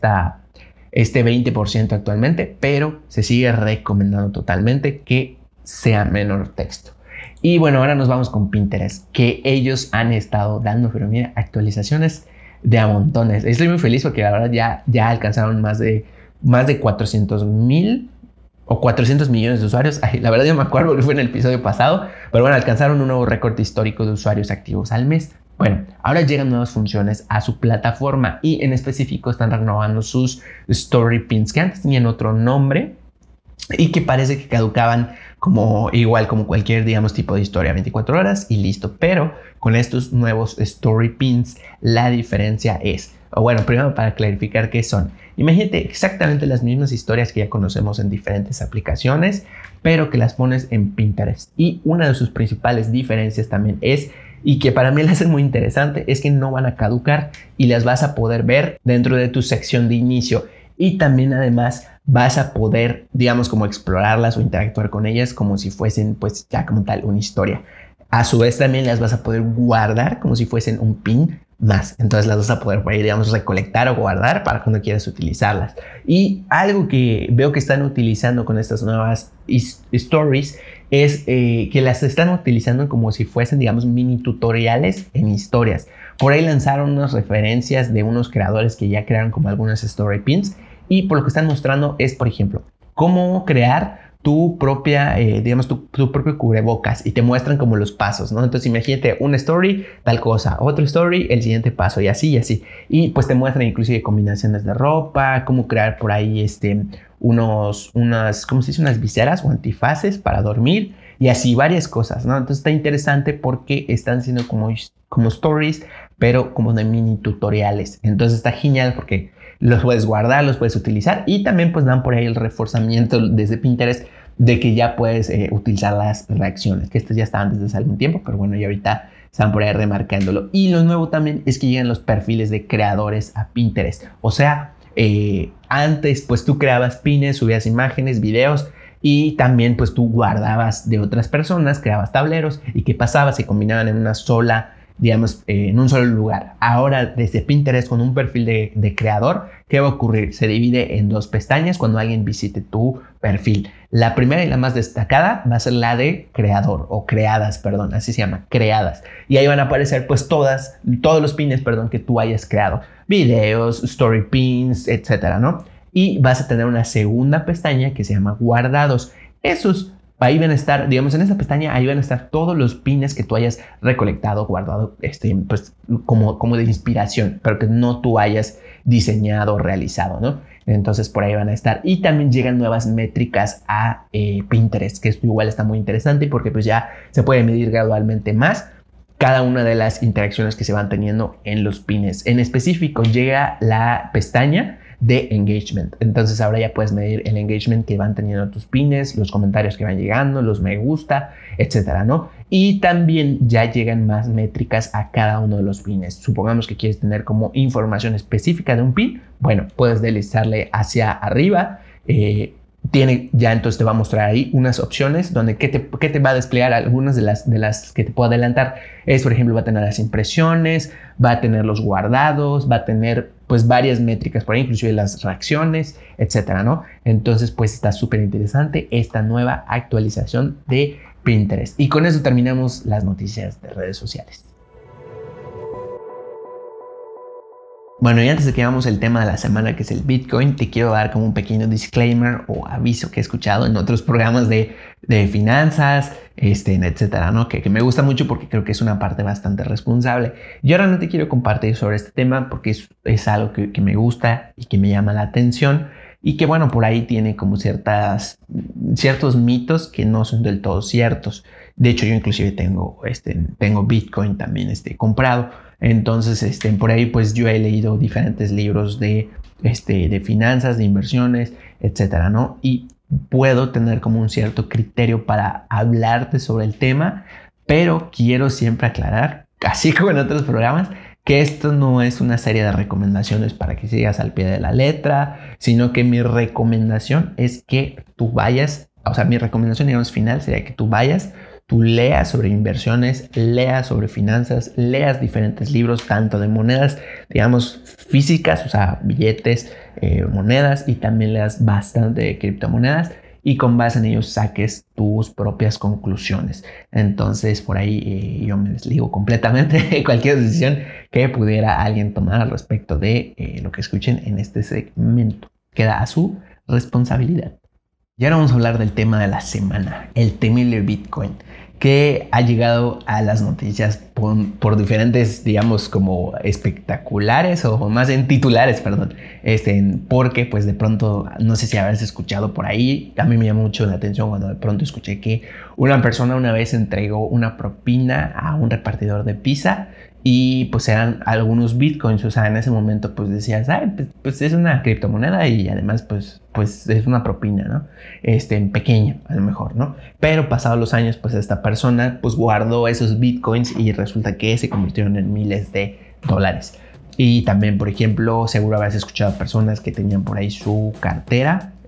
20% actualmente, pero se sigue recomendando totalmente que sea menor texto. Y bueno, ahora nos vamos con Pinterest, que ellos han estado dando, pero mira, actualizaciones de a montones. Estoy muy feliz porque la verdad ya alcanzaron más de 400,000 o 400 millones de usuarios. Ay, la verdad yo me acuerdo que fue en el episodio pasado, pero bueno, alcanzaron un nuevo récord histórico de usuarios activos al mes. Bueno, ahora llegan nuevas funciones a su plataforma y en específico están renovando sus Story Pins, que antes tenían otro nombre y que parece que caducaban como cualquier, digamos, tipo de historia, 24 horas y listo. Pero con estos nuevos Story Pins, la diferencia es, bueno, primero para clarificar qué son. Imagínate exactamente las mismas historias que ya conocemos en diferentes aplicaciones, pero que las pones en Pinterest. Y una de sus principales diferencias también es, y que para mí la hace muy interesante, es que no van a caducar y las vas a poder ver dentro de tu sección de inicio. Y también además vas a poder, digamos, como explorarlas o interactuar con ellas como si fuesen, pues, ya como tal, una historia. A su vez también las vas a poder guardar como si fuesen un pin más. Entonces las vas a poder, digamos, recolectar o guardar para cuando quieras utilizarlas. Y algo que veo que están utilizando con estas nuevas stories es que las están utilizando como si fuesen, digamos, mini tutoriales en historias. Por ahí lanzaron unas referencias de unos creadores que ya crearon como algunas story pins. Y por lo que están mostrando es, por ejemplo, cómo crear tu propia, digamos, tu propio cubrebocas, y te muestran como los pasos, ¿no? Entonces imagínate una story, tal cosa, otro story, el siguiente paso, y así, y así. Y pues te muestran inclusive combinaciones de ropa, cómo crear por ahí unas, ¿cómo se dice? Unas viseras o antifaces para dormir, y así varias cosas, ¿no? Entonces está interesante porque están siendo como stories, pero como de mini tutoriales. Entonces está genial porque los puedes guardar, los puedes utilizar, y también pues dan por ahí el reforzamiento desde Pinterest de que ya puedes utilizar las reacciones, que estas ya estaban desde hace algún tiempo, pero bueno, y ahorita están por ahí remarcándolo. Y lo nuevo también es que llegan los perfiles de creadores a Pinterest. O sea, antes pues tú creabas pines, subías imágenes, videos, y también pues tú guardabas de otras personas, creabas tableros, y ¿qué pasaba? Se combinaban en una sola, digamos, en un solo lugar. Ahora desde Pinterest con un perfil de creador, ¿qué va a ocurrir? Se divide en dos pestañas cuando alguien visite tu perfil. La primera y la más destacada va a ser la de creador o creadas, perdón, así se llama, creadas. Y ahí van a aparecer pues todos los pines, perdón, que tú hayas creado. Videos, story pins, etcétera, ¿no? Y vas a tener una segunda pestaña que se llama guardados. Esos ahí van a estar, digamos, en esta pestaña, ahí van a estar todos los pines que tú hayas recolectado, guardado, pues como de inspiración, pero que no tú hayas diseñado o realizado, ¿no? Entonces por ahí van a estar. Y también llegan nuevas métricas a Pinterest, que esto igual está muy interesante porque pues ya se puede medir gradualmente más cada una de las interacciones que se van teniendo en los pines. En específico llega la pestaña de engagement. Entonces ahora ya puedes medir el engagement que van teniendo tus pines, los comentarios que van llegando, los me gusta, etcétera, ¿no? Y también ya llegan más métricas a cada uno de los pines. Supongamos que quieres tener como información específica de un pin. Bueno, puedes deslizarle hacia arriba. Ya entonces te va a mostrar ahí unas opciones donde ¿qué te va a desplegar? Algunas de las que te puedo adelantar es, por ejemplo, va a tener las impresiones, va a tener los guardados, va a tener pues varias métricas por ahí, inclusive las reacciones, etcétera, ¿no? Entonces pues está súper interesante esta nueva actualización de Pinterest. Y con eso terminamos las noticias de redes sociales. Bueno, y antes de que veamos el tema de la semana, que es el Bitcoin, te quiero dar como un pequeño disclaimer o aviso que he escuchado en otros programas de finanzas, etcétera, ¿no? Que me gusta mucho porque creo que es una parte bastante responsable. Yo ahora no te quiero compartir sobre este tema porque es algo que me gusta y que me llama la atención, y que bueno, por ahí tiene como ciertos mitos que no son del todo ciertos. De hecho, yo inclusive tengo Bitcoin también comprado. Entonces, por ahí pues yo he leído diferentes libros de finanzas, de inversiones, etcétera, ¿no? Y puedo tener como un cierto criterio para hablarte sobre el tema, pero quiero siempre aclarar, así como en otros programas, que esto no es una serie de recomendaciones para que sigas al pie de la letra, sino que mi recomendación es que tú vayas, o sea, mi recomendación, digamos, final sería que tú vayas, tú leas sobre inversiones, leas sobre finanzas, leas diferentes libros, tanto de monedas, digamos, físicas, o sea, billetes, monedas, y también leas bastante de criptomonedas, y con base en ellos saques tus propias conclusiones. Entonces, por ahí yo me desligo completamente de cualquier decisión que pudiera alguien tomar al respecto de lo que escuchen en este segmento. Queda a su responsabilidad. Y ahora vamos a hablar del tema de la semana, el temible Bitcoin, que ha llegado a las noticias por diferentes, digamos, como espectaculares o más en titulares, perdón, porque pues de pronto, no sé si habrás escuchado por ahí, a mí me llamó mucho la atención cuando de pronto escuché que una persona una vez entregó una propina a un repartidor de pizza y pues eran algunos bitcoins. O sea, en ese momento pues decías, pues es una criptomoneda y además pues es una propina, ¿no? Pequeña a lo mejor, ¿no? Pero pasados los años pues esta persona pues guardó esos bitcoins y resulta que se convirtieron en miles de dólares. Y también, por ejemplo, seguro habrás escuchado personas que tenían por ahí su cartera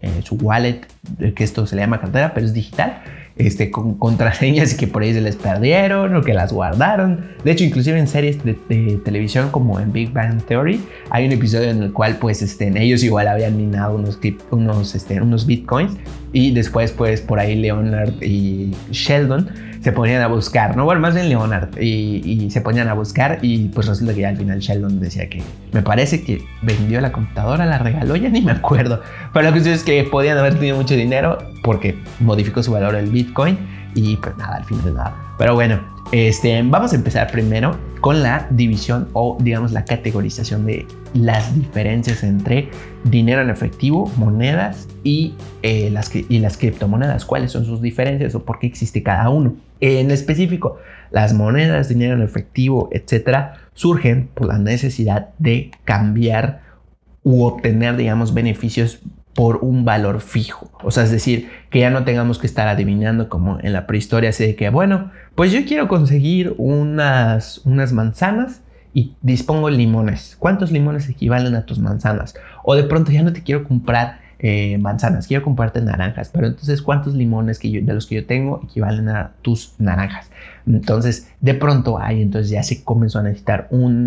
su wallet, que esto se le llama cartera, pero es digital, con contraseñas que por ahí se les perdieron o que las guardaron. De hecho, inclusive en series de televisión como en Big Bang Theory hay un episodio en el cual pues ellos igual habían minado unos bitcoins, y después pues por ahí Leonard y Sheldon se ponían a buscar, ¿no? Bueno, más bien Leonard, y se ponían a buscar, y pues resulta que ya al final Sheldon decía que me parece que vendió la computadora, la regaló, ya ni me acuerdo, pero la cuestión es que podían haber tenido mucho dinero porque modificó su valor el Bitcoin, y pues nada, al final nada. Pero bueno, vamos a empezar primero con la división, o digamos la categorización de las diferencias entre dinero en efectivo, monedas y las criptomonedas. ¿Cuáles son sus diferencias o por qué existe cada uno? En específico, las monedas, dinero en efectivo, etcétera, surgen por la necesidad de cambiar u obtener, digamos, beneficios por un valor fijo. O sea, es decir, que ya no tengamos que estar adivinando como en la prehistoria, así de que, bueno, pues yo quiero conseguir unas manzanas y dispongo limones. ¿Cuántos limones equivalen a tus manzanas? O de pronto ya no te quiero comprar manzanas, quiero comprarte naranjas, pero entonces ¿cuántos limones de los que yo tengo equivalen a tus naranjas? Entonces de pronto ahí entonces ya se comenzó a necesitar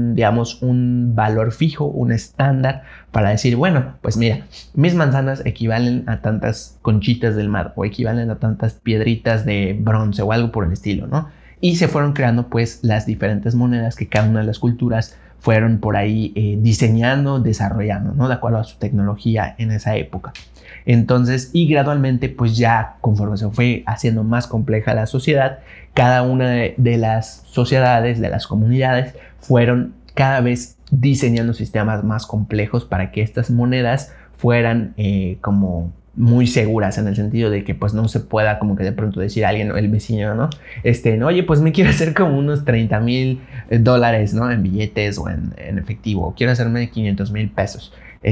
un valor fijo, un estándar para decir, bueno, pues mira, mis manzanas equivalen a tantas conchitas del mar, o equivalen a tantas piedritas de bronce o algo por el estilo, ¿no? Y se fueron creando pues las diferentes monedas que cada una de las culturas fueron por ahí diseñando, desarrollando, ¿no? De acuerdo a su tecnología en esa época. Entonces, y gradualmente, pues ya conforme se fue haciendo más compleja la sociedad, cada una de las sociedades, de las comunidades, fueron cada vez diseñando sistemas más complejos para que estas monedas fueran como muy seguras, en el sentido de que pues no se pueda como que de pronto decir a alguien, el vecino, ¿no? Oye, pues me quiero hacer como unos $30,000, ¿no? En billetes o en efectivo. Quiero hacerme 500,000 pesos.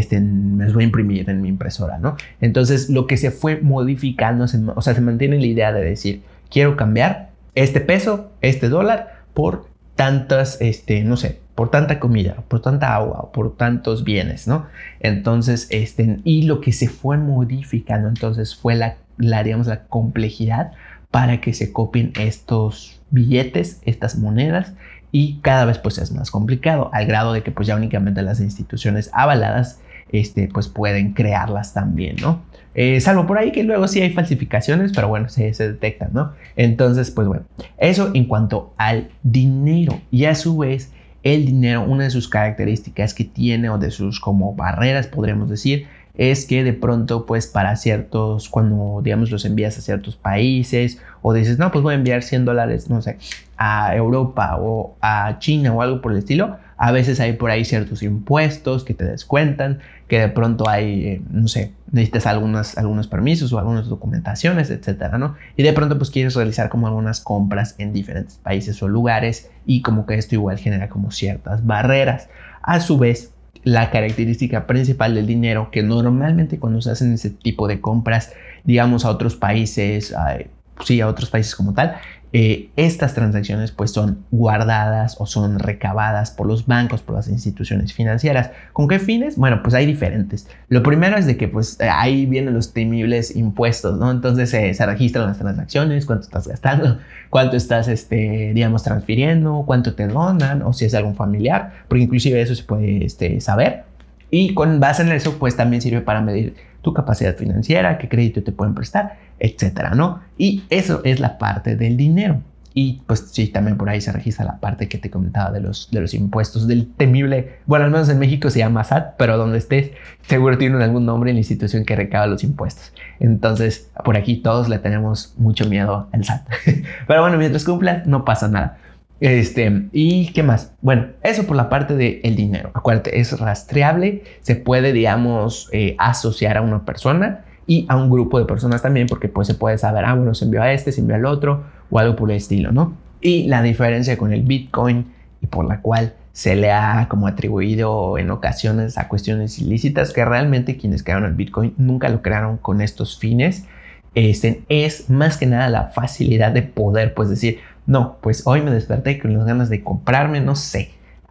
Me los voy a imprimir en mi impresora, ¿no? Entonces lo que se fue modificando, se mantiene la idea de decir, quiero cambiar este peso, este dólar por tantas, no sé, por tanta comida, por tanta agua, por tantos bienes, ¿no? Entonces, y lo que se fue modificando entonces fue la complejidad para que se copien estos billetes, estas monedas, y cada vez pues es más complicado, al grado de que pues ya únicamente las instituciones avaladas pues pueden crearlas también, ¿no? Salvo por ahí que luego sí hay falsificaciones, pero bueno, se detectan, ¿no? Entonces, pues bueno, eso en cuanto al dinero. Y a su vez, el dinero, una de sus características que tiene, o de sus como barreras, podríamos decir, es que de pronto pues para ciertos, cuando digamos los envías a ciertos países, o dices, no, pues voy a enviar $100, no sé, a Europa o a China o algo por el estilo, a veces hay por ahí ciertos impuestos que te descuentan, que de pronto hay, no sé, necesitas algunos permisos o algunas documentaciones, etcétera, ¿no? Y de pronto pues quieres realizar como algunas compras en diferentes países o lugares, y como que esto igual genera como ciertas barreras. A su vez, la característica principal del dinero, que normalmente cuando se hacen ese tipo de compras, digamos a otros países, a otros países como tal, estas transacciones pues son guardadas o son recabadas por los bancos, por las instituciones financieras. ¿Con qué fines? Bueno, pues hay diferentes. Lo primero es de que pues ahí vienen los temibles impuestos, ¿no? Entonces se registran las transacciones, cuánto estás gastando, cuánto estás, digamos, transfiriendo, cuánto te donan, o si es algún familiar, porque inclusive eso se puede saber. Y con base en eso, pues también sirve para medir tu capacidad financiera, qué crédito te pueden prestar, etcétera, ¿no? Y eso es la parte del dinero. Y pues sí, también por ahí se registra la parte que te comentaba de los impuestos, del temible, bueno, al menos en México se llama SAT, pero donde estés seguro tienen algún nombre en la institución que recaba los impuestos. Entonces, por aquí todos le tenemos mucho miedo al SAT. Pero bueno, mientras cumplan, no pasa nada. ¿Y qué más? Bueno, eso por la parte del dinero. Acuérdate, es rastreable, se puede, digamos, asociar a una persona y a un grupo de personas también, porque pues se puede saber, bueno, se envió a se envió al otro, o algo por el estilo, ¿no? Y la diferencia con el Bitcoin, y por la cual se le ha como atribuido en ocasiones a cuestiones ilícitas, que realmente quienes crearon el Bitcoin nunca lo crearon con estos fines, es más que nada la facilidad de poder, pues decir, no, pues hoy me desperté con las ganas de comprarme, no sé,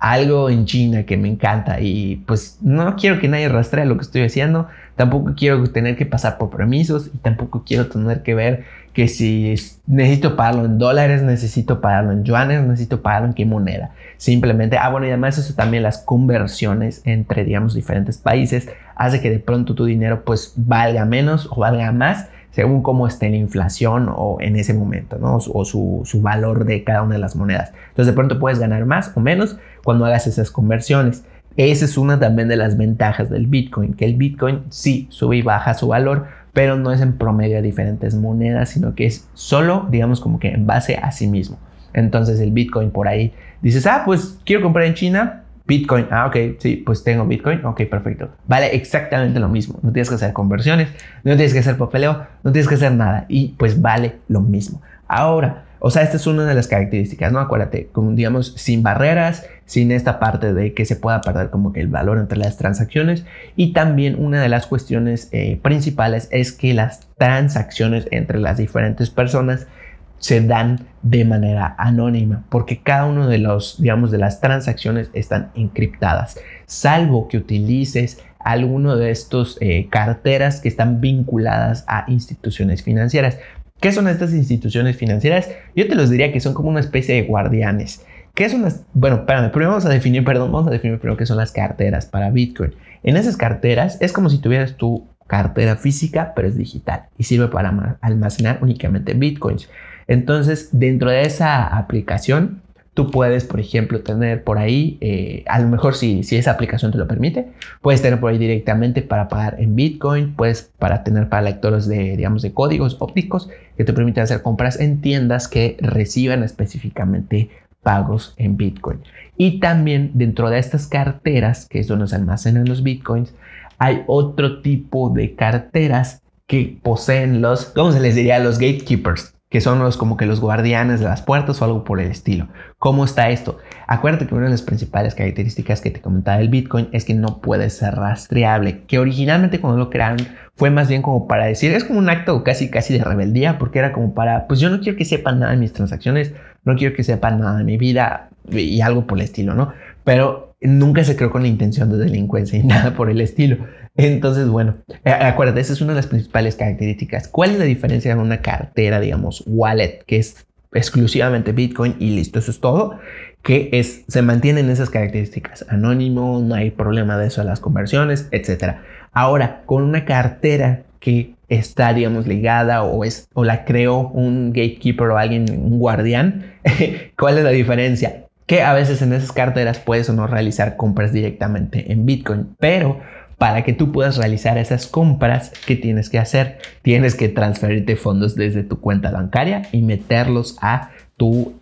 algo en China que me encanta y pues no quiero que nadie rastree lo que estoy haciendo, tampoco quiero tener que pasar por permisos y tampoco quiero tener que ver que si necesito pagarlo en dólares, necesito pagarlo en yuanes, necesito pagarlo en qué moneda. Simplemente, bueno, y además eso también, las conversiones entre, digamos, diferentes países hace que de pronto tu dinero pues valga menos o valga más según cómo esté la inflación o en ese momento, ¿no? O su valor de cada una de las monedas. Entonces de pronto puedes ganar más o menos cuando hagas esas conversiones. Esa es una también de las ventajas del Bitcoin, que el Bitcoin sí sube y baja su valor, pero no es en promedio de diferentes monedas, sino que es solo, digamos, como que en base a sí mismo. Entonces el Bitcoin por ahí dices, pues quiero comprar en China Bitcoin. Ok, sí, pues tengo Bitcoin. Ok, perfecto. Vale exactamente lo mismo. No tienes que hacer conversiones, no tienes que hacer papeleo, no tienes que hacer nada. Y pues vale lo mismo. Ahora, esta es una de las características, ¿no? Acuérdate, como digamos, sin barreras, sin esta parte de que se pueda perder como que el valor entre las transacciones. Y también una de las cuestiones principales es que las transacciones entre las diferentes personas se dan de manera anónima, porque cada uno de de las transacciones están encriptadas, salvo que utilices alguno de estos carteras que están vinculadas a instituciones financieras. ¿Qué son estas instituciones financieras? Yo te los diría que son como una especie de guardianes. ¿Qué son las? Bueno, espérame, primero vamos a definir primero qué son las carteras para Bitcoin. En esas carteras es como si tuvieras tu cartera física, pero es digital y sirve para almacenar únicamente Bitcoins. Entonces, dentro de esa aplicación, tú puedes, por ejemplo, tener por ahí, a lo mejor si esa aplicación te lo permite, puedes tener por ahí directamente para pagar en Bitcoin, puedes tener para lectores de códigos ópticos que te permiten hacer compras en tiendas que reciban específicamente pagos en Bitcoin. Y también dentro de estas carteras, que es donde se almacenan los Bitcoins, hay otro tipo de carteras que poseen ¿cómo se les diría? Los gatekeepers, que son como que los guardianes de las puertas o algo por el estilo. ¿Cómo está esto? Acuérdate que una de las principales características que te comentaba del Bitcoin es que no puede ser rastreable, que originalmente cuando lo crearon fue más bien como para decir, es como un acto casi de rebeldía, porque era como para, pues yo no quiero que sepan nada de mis transacciones, no quiero que sepan nada de mi vida y algo por el estilo, ¿no? Pero nunca se creó con la intención de delincuencia y nada por el estilo. Entonces, bueno, acuérdate, esa es una de las principales características. ¿Cuál es la diferencia en una cartera, digamos, wallet, que es exclusivamente Bitcoin y listo, eso es todo? Que se mantienen esas características, anónimo, no hay problema de eso de las conversiones, etc. Ahora, con una cartera que está, digamos, ligada o la creó un gatekeeper o alguien, un guardián, ¿cuál es la diferencia? Que a veces en esas carteras puedes o no realizar compras directamente en Bitcoin, pero para que tú puedas realizar esas compras, ¿qué tienes que hacer? Tienes que transferirte fondos desde tu cuenta bancaria y meterlos a tu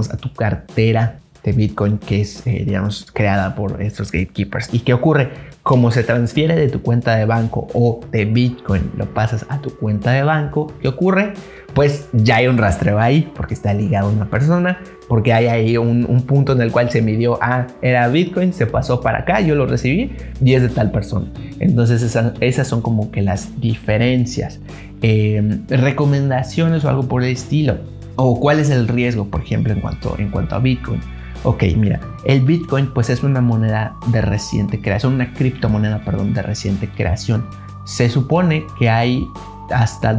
cartera de Bitcoin que es, creada por estos gatekeepers. ¿Y qué ocurre? Como se transfiere de tu cuenta de banco o de Bitcoin, lo pasas a tu cuenta de banco, ¿qué ocurre? Pues ya hay un rastreo ahí porque está ligado a una persona, porque hay ahí un punto en el cual se midió, era Bitcoin, se pasó para acá, yo lo recibí y es de tal persona. Entonces esas son como que las diferencias. Recomendaciones o algo por el estilo. O cuál es el riesgo, por ejemplo, en cuanto a Bitcoin. Ok, mira, el Bitcoin pues es una moneda de reciente creación, una criptomoneda, de reciente creación. Se supone que hay hasta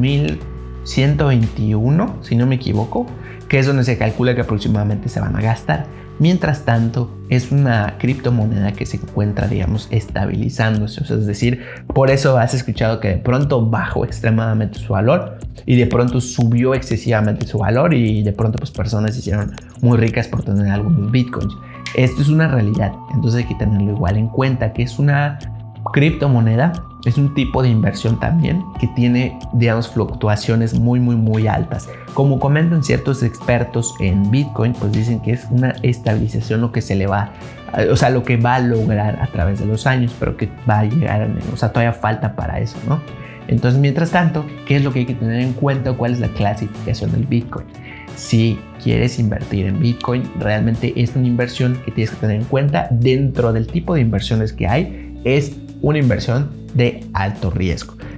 2121, si no me equivoco, que es donde se calcula que aproximadamente se van a gastar. Mientras tanto, es una criptomoneda que se encuentra, estabilizándose. O sea, es decir, por eso has escuchado que de pronto bajó extremadamente su valor y de pronto subió excesivamente su valor y de pronto pues personas se hicieron muy ricas por tener algunos bitcoins. Esto es una realidad, entonces hay que tenerlo igual en cuenta, que es una criptomoneda, es un tipo de inversión también que tiene, fluctuaciones muy altas. Como comentan ciertos expertos en Bitcoin, pues dicen que es una estabilización lo que lo que va a lograr a través de los años, pero que va a llegar, todavía falta para eso, ¿no? Entonces, mientras tanto, ¿qué es lo que hay que tener en cuenta? ¿Cuál es la clasificación del Bitcoin? Si quieres invertir en Bitcoin, realmente es una inversión que tienes que tener en cuenta. Dentro del tipo de inversiones que hay, es una inversión de alto riesgo.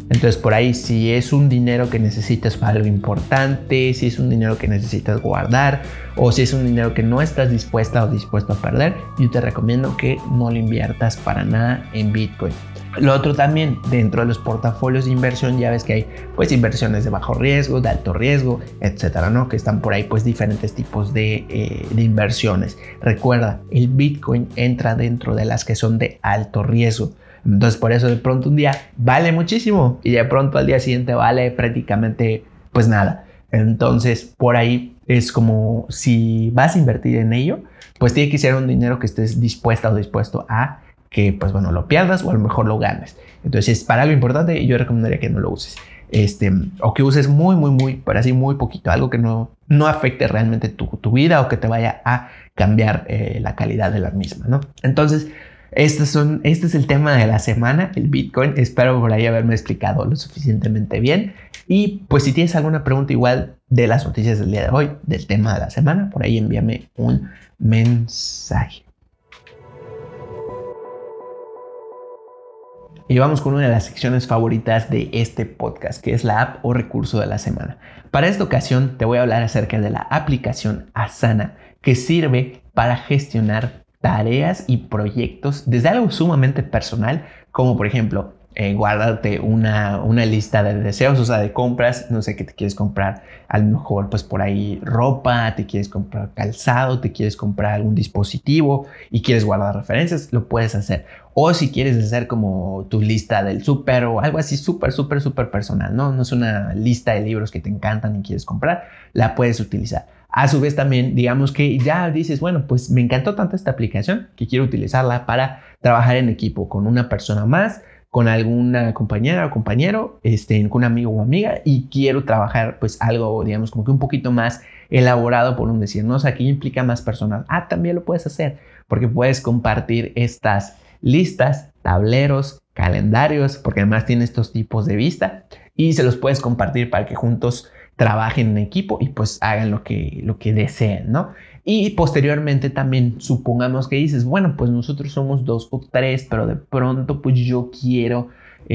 Entonces por ahí, si es un dinero que necesitas para algo importante, si es un dinero que necesitas guardar o si es un dinero que no estás dispuesta o dispuesto a perder, yo te recomiendo que no lo inviertas para nada en Bitcoin. Lo otro también, dentro de los portafolios de inversión, ya ves que hay pues inversiones de bajo riesgo, de alto riesgo, etcétera, ¿no? Que están por ahí pues diferentes tipos de inversiones. Recuerda, el Bitcoin entra dentro de las que son de alto riesgo. Entonces por eso de pronto un día vale muchísimo y de pronto al día siguiente vale prácticamente pues nada. Entonces por ahí es como si vas a invertir en ello, pues tiene que ser un dinero que estés dispuesta o dispuesto a que pues bueno lo pierdas o a lo mejor lo ganes. Entonces para algo importante yo recomendaría que no lo uses. O que uses muy, pero así muy poquito, algo que no afecte realmente tu vida o que te vaya a cambiar la calidad de la misma, ¿no? Entonces este es el tema de la semana, el Bitcoin. Espero por ahí haberme explicado lo suficientemente bien. Y pues si tienes alguna pregunta igual de las noticias del día de hoy, del tema de la semana, por ahí envíame un mensaje. Y vamos con una de las secciones favoritas de este podcast, que es la app o recurso de la semana. Para esta ocasión te voy a hablar acerca de la aplicación Asana, que sirve para gestionar tareas y proyectos desde algo sumamente personal, como por ejemplo guardarte una lista de deseos, o sea, de compras, no sé, que te quieres comprar a lo mejor pues por ahí ropa, te quieres comprar calzado, te quieres comprar algún dispositivo y quieres guardar referencias, lo puedes hacer. O si quieres hacer como tu lista del súper o algo así súper personal, ¿no? No es una lista de libros que te encantan y quieres comprar, la puedes utilizar. A su vez también, digamos que ya dices, bueno, pues me encantó tanto esta aplicación que quiero utilizarla para trabajar en equipo con una persona más, con alguna compañera o compañero, con un amigo o amiga y quiero trabajar pues algo, digamos, como que un poquito más elaborado por un decir, ¿no? O sea, aquí implica más personas. También lo puedes hacer porque puedes compartir estas listas, tableros, calendarios, porque además tiene estos tipos de vista y se los puedes compartir para que juntos trabajen en equipo y pues hagan lo que deseen, ¿no? Y posteriormente también supongamos que dices, bueno, pues nosotros somos 2 o 3, pero de pronto pues yo quiero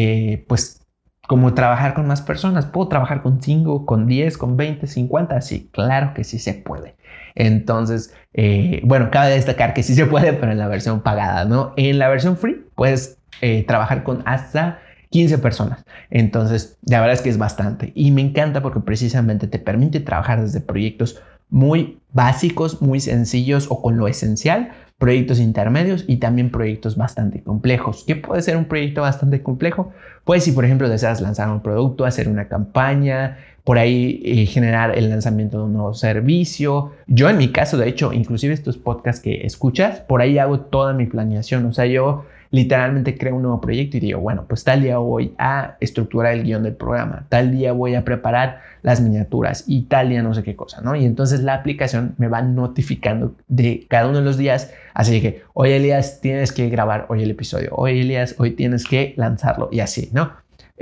pues como trabajar con más personas. ¿Puedo trabajar con 5, con 10, con 20, 50? Sí, claro que sí se puede. Entonces, bueno, cabe destacar que sí se puede, pero en la versión pagada, ¿no? En la versión free puedes trabajar con hasta 15 personas. Entonces, la verdad es que es bastante. Y me encanta porque precisamente te permite trabajar desde proyectos muy básicos, muy sencillos o con lo esencial, proyectos intermedios y también proyectos bastante complejos. ¿Qué puede ser un proyecto bastante complejo? Pues si por ejemplo deseas lanzar un producto, hacer una campaña, por ahí generar el lanzamiento de un nuevo servicio. Yo en mi caso, de hecho, inclusive estos podcasts que escuchas, por ahí hago toda mi planeación. O sea, yo literalmente creo un nuevo proyecto y digo, bueno, pues tal día voy a estructurar el guión del programa, tal día voy a preparar las miniaturas y tal día no sé qué cosa, ¿no? Y entonces la aplicación me va notificando de cada uno de los días, así que, hoy Elías tienes que grabar hoy el episodio, hoy Elías, hoy tienes que lanzarlo y así, ¿no?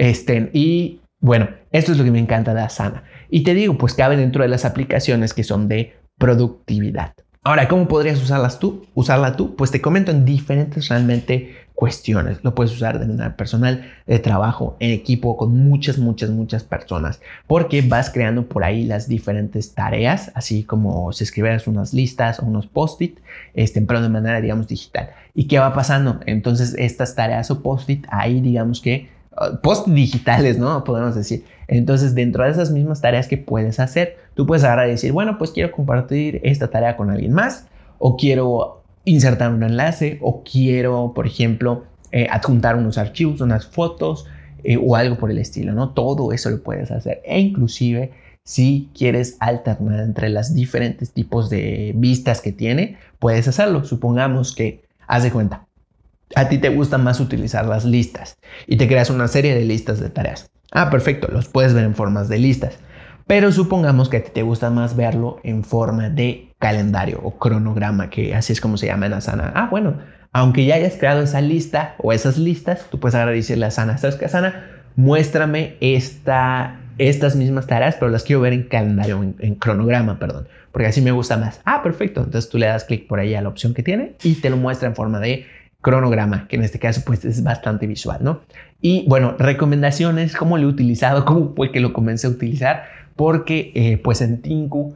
Y bueno, esto es lo que me encanta de Asana. Y te digo, pues cabe dentro de las aplicaciones que son de productividad. Ahora, ¿cómo podrías usarla tú? Pues te comento en diferentes realmente cuestiones. Lo puedes usar de manera personal, de trabajo, en equipo, con muchas personas, porque vas creando por ahí las diferentes tareas, así como si escribieras unas listas o unos post-it, pero de manera, digamos, digital. ¿Y qué va pasando? Entonces, estas tareas o post-it, ahí digamos que post digitales, ¿no? Podemos decir. Entonces, dentro de esas mismas tareas que puedes hacer, tú puedes agarrar y decir, bueno, pues quiero compartir esta tarea con alguien más, o quiero insertar un enlace, o quiero, por ejemplo, adjuntar unos archivos, unas fotos, o algo por el estilo, ¿no? Todo eso lo puedes hacer. E inclusive, si quieres alternar entre los diferentes tipos de vistas que tiene, puedes hacerlo. Supongamos que, haz de cuenta, a ti te gusta más utilizar las listas y te creas una serie de listas de tareas. Perfecto, los puedes ver en formas de listas. Pero supongamos que a ti te gusta más verlo en forma de calendario o cronograma, que así es como se llama en Asana. Bueno, aunque ya hayas creado esa lista o esas listas, tú puedes ahora decirle a Asana, ¿sabes qué, Asana? Muéstrame estas mismas tareas, pero las quiero ver en calendario, en cronograma, perdón, porque así me gusta más. Perfecto, entonces tú le das clic por ahí a la opción que tiene y te lo muestra en forma de cronograma, que en este caso pues es bastante visual, ¿no? Y bueno, recomendaciones, cómo lo he utilizado, cómo fue que lo comencé a utilizar, porque pues en Tinku,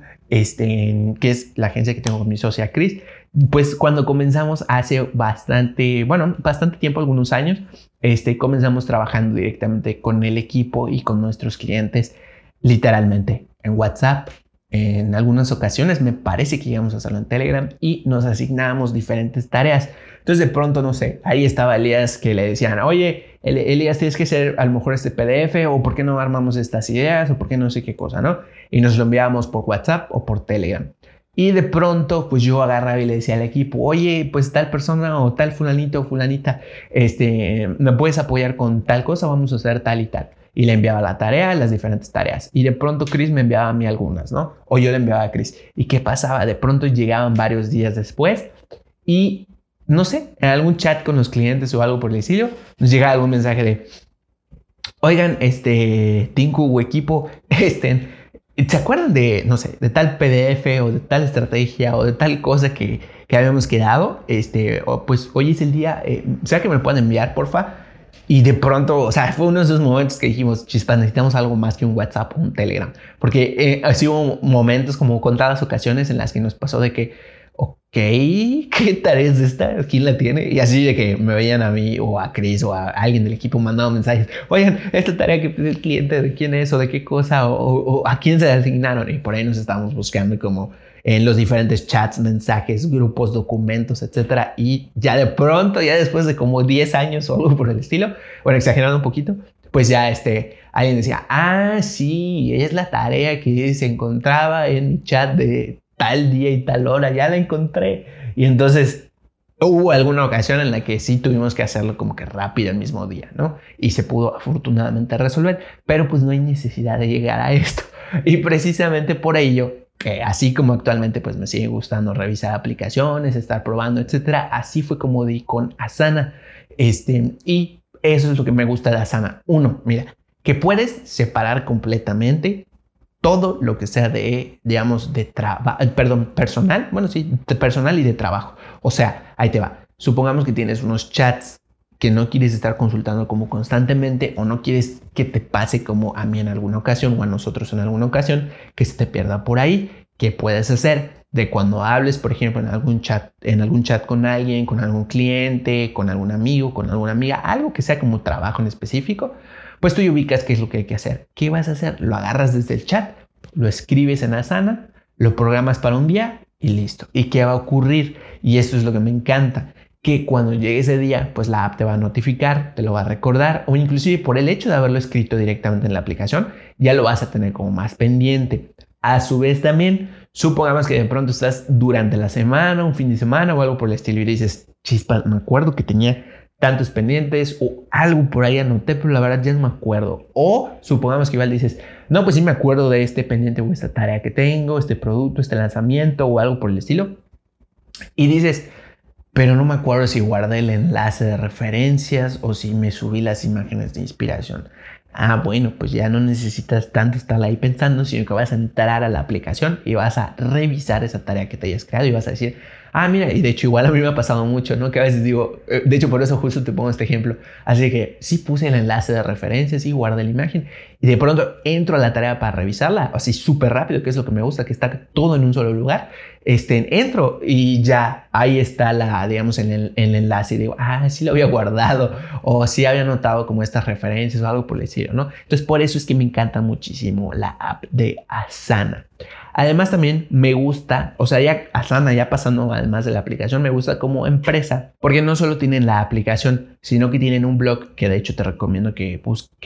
que es la agencia que tengo con mi socia Chris, pues cuando comenzamos hace bastante tiempo, algunos años, comenzamos trabajando directamente con el equipo y con nuestros clientes, literalmente en WhatsApp. En algunas ocasiones me parece que llegamos a hacerlo en Telegram y nos asignábamos diferentes tareas. Entonces de pronto, no sé, ahí estaba Elías que le decían, oye, Elías, tienes que hacer a lo mejor este PDF, o por qué no armamos estas ideas, o por qué no sé qué cosa, ¿no? Y nos lo enviábamos por WhatsApp o por Telegram. Y de pronto, pues yo agarraba y le decía al equipo, oye, pues tal persona o tal fulanito o fulanita, ¿me puedes apoyar con tal cosa? Vamos a hacer tal y tal. Y le enviaba la tarea, las diferentes tareas. Y de pronto Chris me enviaba a mí algunas, ¿no? O yo le enviaba a Chris. ¿Y qué pasaba? De pronto llegaban varios días después y, no sé, en algún chat con los clientes o algo por el estilo, nos llegaba algún mensaje de, oigan, Tinku o equipo, ¿se acuerdan de, no sé, de tal PDF o de tal estrategia o de tal cosa que habíamos quedado? O pues hoy es el día, ¿será que me lo pueden enviar, porfa? Y de pronto, o sea, fue uno de esos momentos que dijimos, chispas, necesitamos algo más que un WhatsApp o un Telegram. Porque así hubo momentos, como contadas ocasiones, en las que nos pasó de que, ok, ¿qué tarea es esta? ¿Quién la tiene? Y así de que me veían a mí o a Chris o a alguien del equipo mandando mensajes. Oigan, esta tarea que pide el cliente, ¿de quién es o de qué cosa? O a quién se le asignaron. Y por ahí nos estábamos buscando como en los diferentes chats, mensajes, grupos, documentos, etcétera. Y ya de pronto, ya después de como 10 años o algo por el estilo, bueno, exagerando un poquito, pues ya alguien decía, sí, es la tarea que se encontraba en mi chat de tal día y tal hora, ya la encontré. Y entonces hubo alguna ocasión en la que sí tuvimos que hacerlo como que rápido el mismo día, ¿no? Y se pudo afortunadamente resolver, pero pues no hay necesidad de llegar a esto. Y precisamente por ello, así como actualmente pues me sigue gustando revisar aplicaciones, estar probando, etcétera, así fue como di con Asana. Y eso es lo que me gusta de Asana. Uno, mira, que puedes separar completamente todo lo que sea de, digamos, de personal, bueno, sí, de personal y de trabajo. O sea, ahí te va. Supongamos que tienes unos chats que no quieres estar consultando como constantemente, o no quieres que te pase como a mí en alguna ocasión o a nosotros en alguna ocasión, que se te pierda por ahí. ¿Qué puedes hacer? De cuando hables, por ejemplo, en algún chat con alguien, con algún cliente, con algún amigo, con alguna amiga, algo que sea como trabajo en específico, pues tú ya ubicas qué es lo que hay que hacer. ¿Qué vas a hacer? Lo agarras desde el chat, lo escribes en Asana, lo programas para un día y listo. ¿Y qué va a ocurrir? Y esto es lo que me encanta, que cuando llegue ese día, pues la app te va a notificar, te lo va a recordar, o inclusive por el hecho de haberlo escrito directamente en la aplicación, ya lo vas a tener como más pendiente. A su vez también, supongamos que de pronto estás durante la semana, un fin de semana o algo por el estilo y dices, chispa, me acuerdo que tenía tantos pendientes o algo por ahí anoté, pero la verdad ya no me acuerdo. O supongamos que igual dices, no, pues sí me acuerdo de este pendiente o esta tarea que tengo, este producto, este lanzamiento o algo por el estilo. Y dices, pero no me acuerdo si guardé el enlace de referencias o si me subí las imágenes de inspiración. Bueno, pues ya no necesitas tanto estar ahí pensando, sino que vas a entrar a la aplicación y vas a revisar esa tarea que te hayas creado y vas a decir, mira, y de hecho igual a mí me ha pasado mucho, ¿no? Que a veces digo, de hecho por eso justo te pongo este ejemplo, así que sí puse el enlace de referencias y guardé la imagen y de pronto entro a la tarea para revisarla, así súper rápido, que es lo que me gusta, que está todo en un solo lugar, entro y ya ahí está digamos, el enlace y digo, sí lo había guardado o sí había notado como estas referencias o algo por el estilo, ¿no? Entonces por eso es que me encanta muchísimo la app de Asana. Además también me gusta, o sea, ya Asana, ya pasando además de la aplicación, me gusta como empresa, porque no solo tienen la aplicación, sino que tienen un blog que de hecho te recomiendo que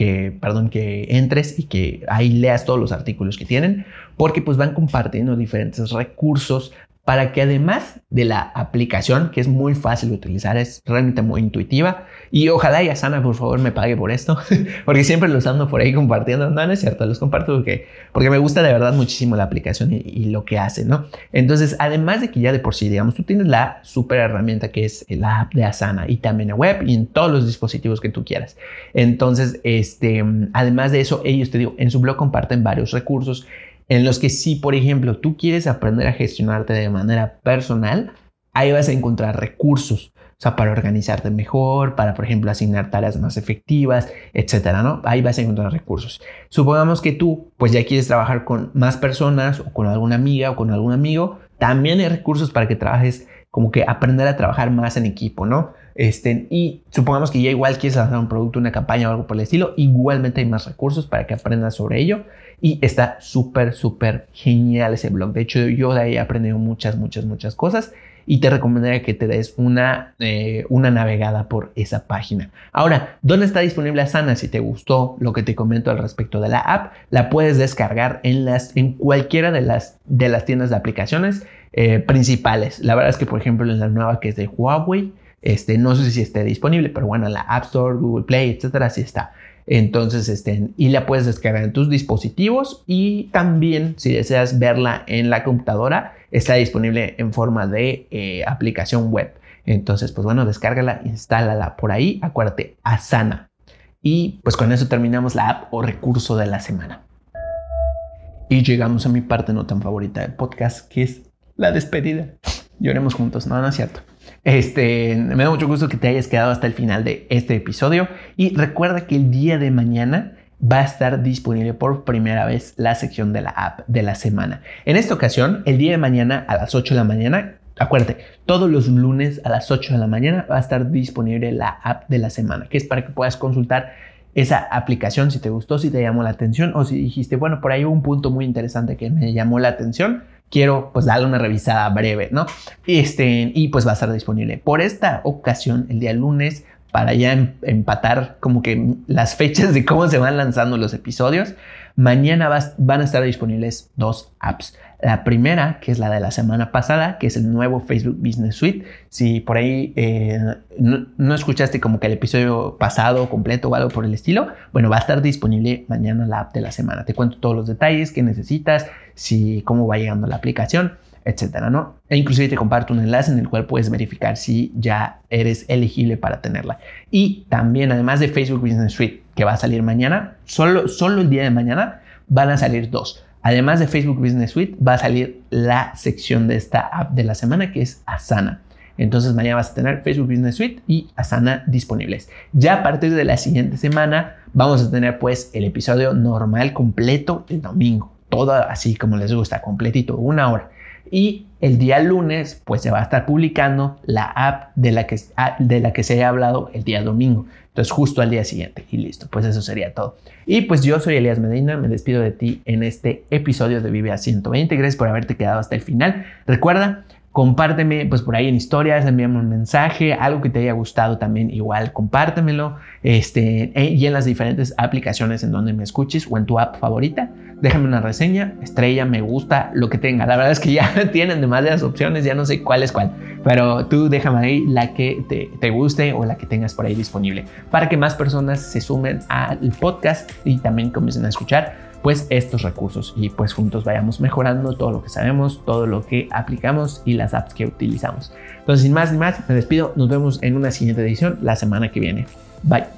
entres y que ahí leas todos los artículos que tienen, porque pues van compartiendo diferentes recursos para que además de la aplicación, que es muy fácil de utilizar, es realmente muy intuitiva, y ojalá y Asana por favor me pague por esto, porque siempre los ando por ahí compartiendo. No es cierto, los comparto porque me gusta de verdad muchísimo la aplicación y lo que hace, ¿no? Entonces, además de que ya de por sí, digamos, tú tienes la super herramienta que es la app de Asana y también en web y en todos los dispositivos que tú quieras. Entonces, además de eso, ellos, te digo, en su blog comparten varios recursos en los que si, por ejemplo, tú quieres aprender a gestionarte de manera personal, ahí vas a encontrar recursos. O sea, para organizarte mejor, para, por ejemplo, asignar tareas más efectivas, etcétera, ¿no? Ahí vas a encontrar recursos. Supongamos que tú, pues ya quieres trabajar con más personas o con alguna amiga o con algún amigo. También hay recursos para que trabajes, como que aprender a trabajar más en equipo, ¿no? Y supongamos que ya igual quieres lanzar un producto, una campaña o algo por el estilo. Igualmente hay más recursos para que aprendas sobre ello. Y está súper, súper genial ese blog. De hecho, yo de ahí he aprendido muchas cosas. Y te recomendaría que te des una navegada por esa página. Ahora, ¿dónde está disponible Asana? Si te gustó lo que te comento al respecto de la app, la puedes descargar en cualquiera de las tiendas de aplicaciones principales. La verdad es que, por ejemplo, en la nueva que es de Huawei, no sé si esté disponible, pero bueno, en la App Store, Google Play, etcétera, sí está. Entonces, y la puedes descargar en tus dispositivos, y también, si deseas verla en la computadora, está disponible en forma de aplicación web. Entonces, pues bueno, descárgala, instálala por ahí. Acuérdate, Asana. Y pues con eso terminamos la app o recurso de la semana. Y llegamos a mi parte no tan favorita del podcast, que es la despedida. Lloremos juntos. No es cierto. Me da mucho gusto que te hayas quedado hasta el final de este episodio. Y recuerda que el día de mañana va a estar disponible por primera vez la sección de la app de la semana. En esta ocasión, el día de mañana a las 8 de la mañana, acuérdate, todos los lunes a las 8 de la mañana va a estar disponible la app de la semana, que es para que puedas consultar esa aplicación si te gustó, si te llamó la atención, o si dijiste, bueno, por ahí hubo un punto muy interesante que me llamó la atención, quiero pues darle una revisada breve, ¿no? Y pues va a estar disponible. Por esta ocasión, el día lunes, para ya empatar como que las fechas de cómo se van lanzando los episodios, mañana van a estar disponibles 2 apps. La primera, que es la de la semana pasada, que es el nuevo Facebook Business Suite. Si por ahí no escuchaste como que el episodio pasado completo o algo por el estilo, bueno, va a estar disponible mañana la app de la semana. Te cuento todos los detalles que necesitas, cómo va llegando la aplicación, etcétera, ¿no? E inclusive te comparto un enlace en el cual puedes verificar si ya eres elegible para tenerla. Y también, además de Facebook Business Suite, que va a salir mañana, solo el día de mañana van a salir 2. Además de Facebook Business Suite, va a salir la sección de esta app de la semana, que es Asana. Entonces mañana vas a tener Facebook Business Suite y Asana disponibles. Ya a partir de la siguiente semana vamos a tener pues el episodio normal completo el domingo. Todo así como les gusta, completito, 1 hora. Y el día lunes pues se va a estar publicando la app de la que se haya hablado el día domingo. Entonces justo al día siguiente y listo, pues eso sería todo. Y pues yo soy Elías Medina, me despido de ti en este episodio de Vive a 120. Gracias por haberte quedado hasta el final. Recuerda, compárteme pues por ahí en historias, envíame un mensaje, algo que te haya gustado también igual, compártemelo y en las diferentes aplicaciones en donde me escuches o en tu app favorita. Déjame una reseña, estrella, me gusta, lo que tenga. La verdad es que ya tienen demasiadas opciones, ya no sé cuál es cuál. Pero tú déjame ahí la que te guste o la que tengas por ahí disponible, para que más personas se sumen al podcast y también comiencen a escuchar pues estos recursos y pues juntos vayamos mejorando todo lo que sabemos, todo lo que aplicamos y las apps que utilizamos. Entonces, sin más ni más, me despido. Nos vemos en una siguiente edición la semana que viene. Bye.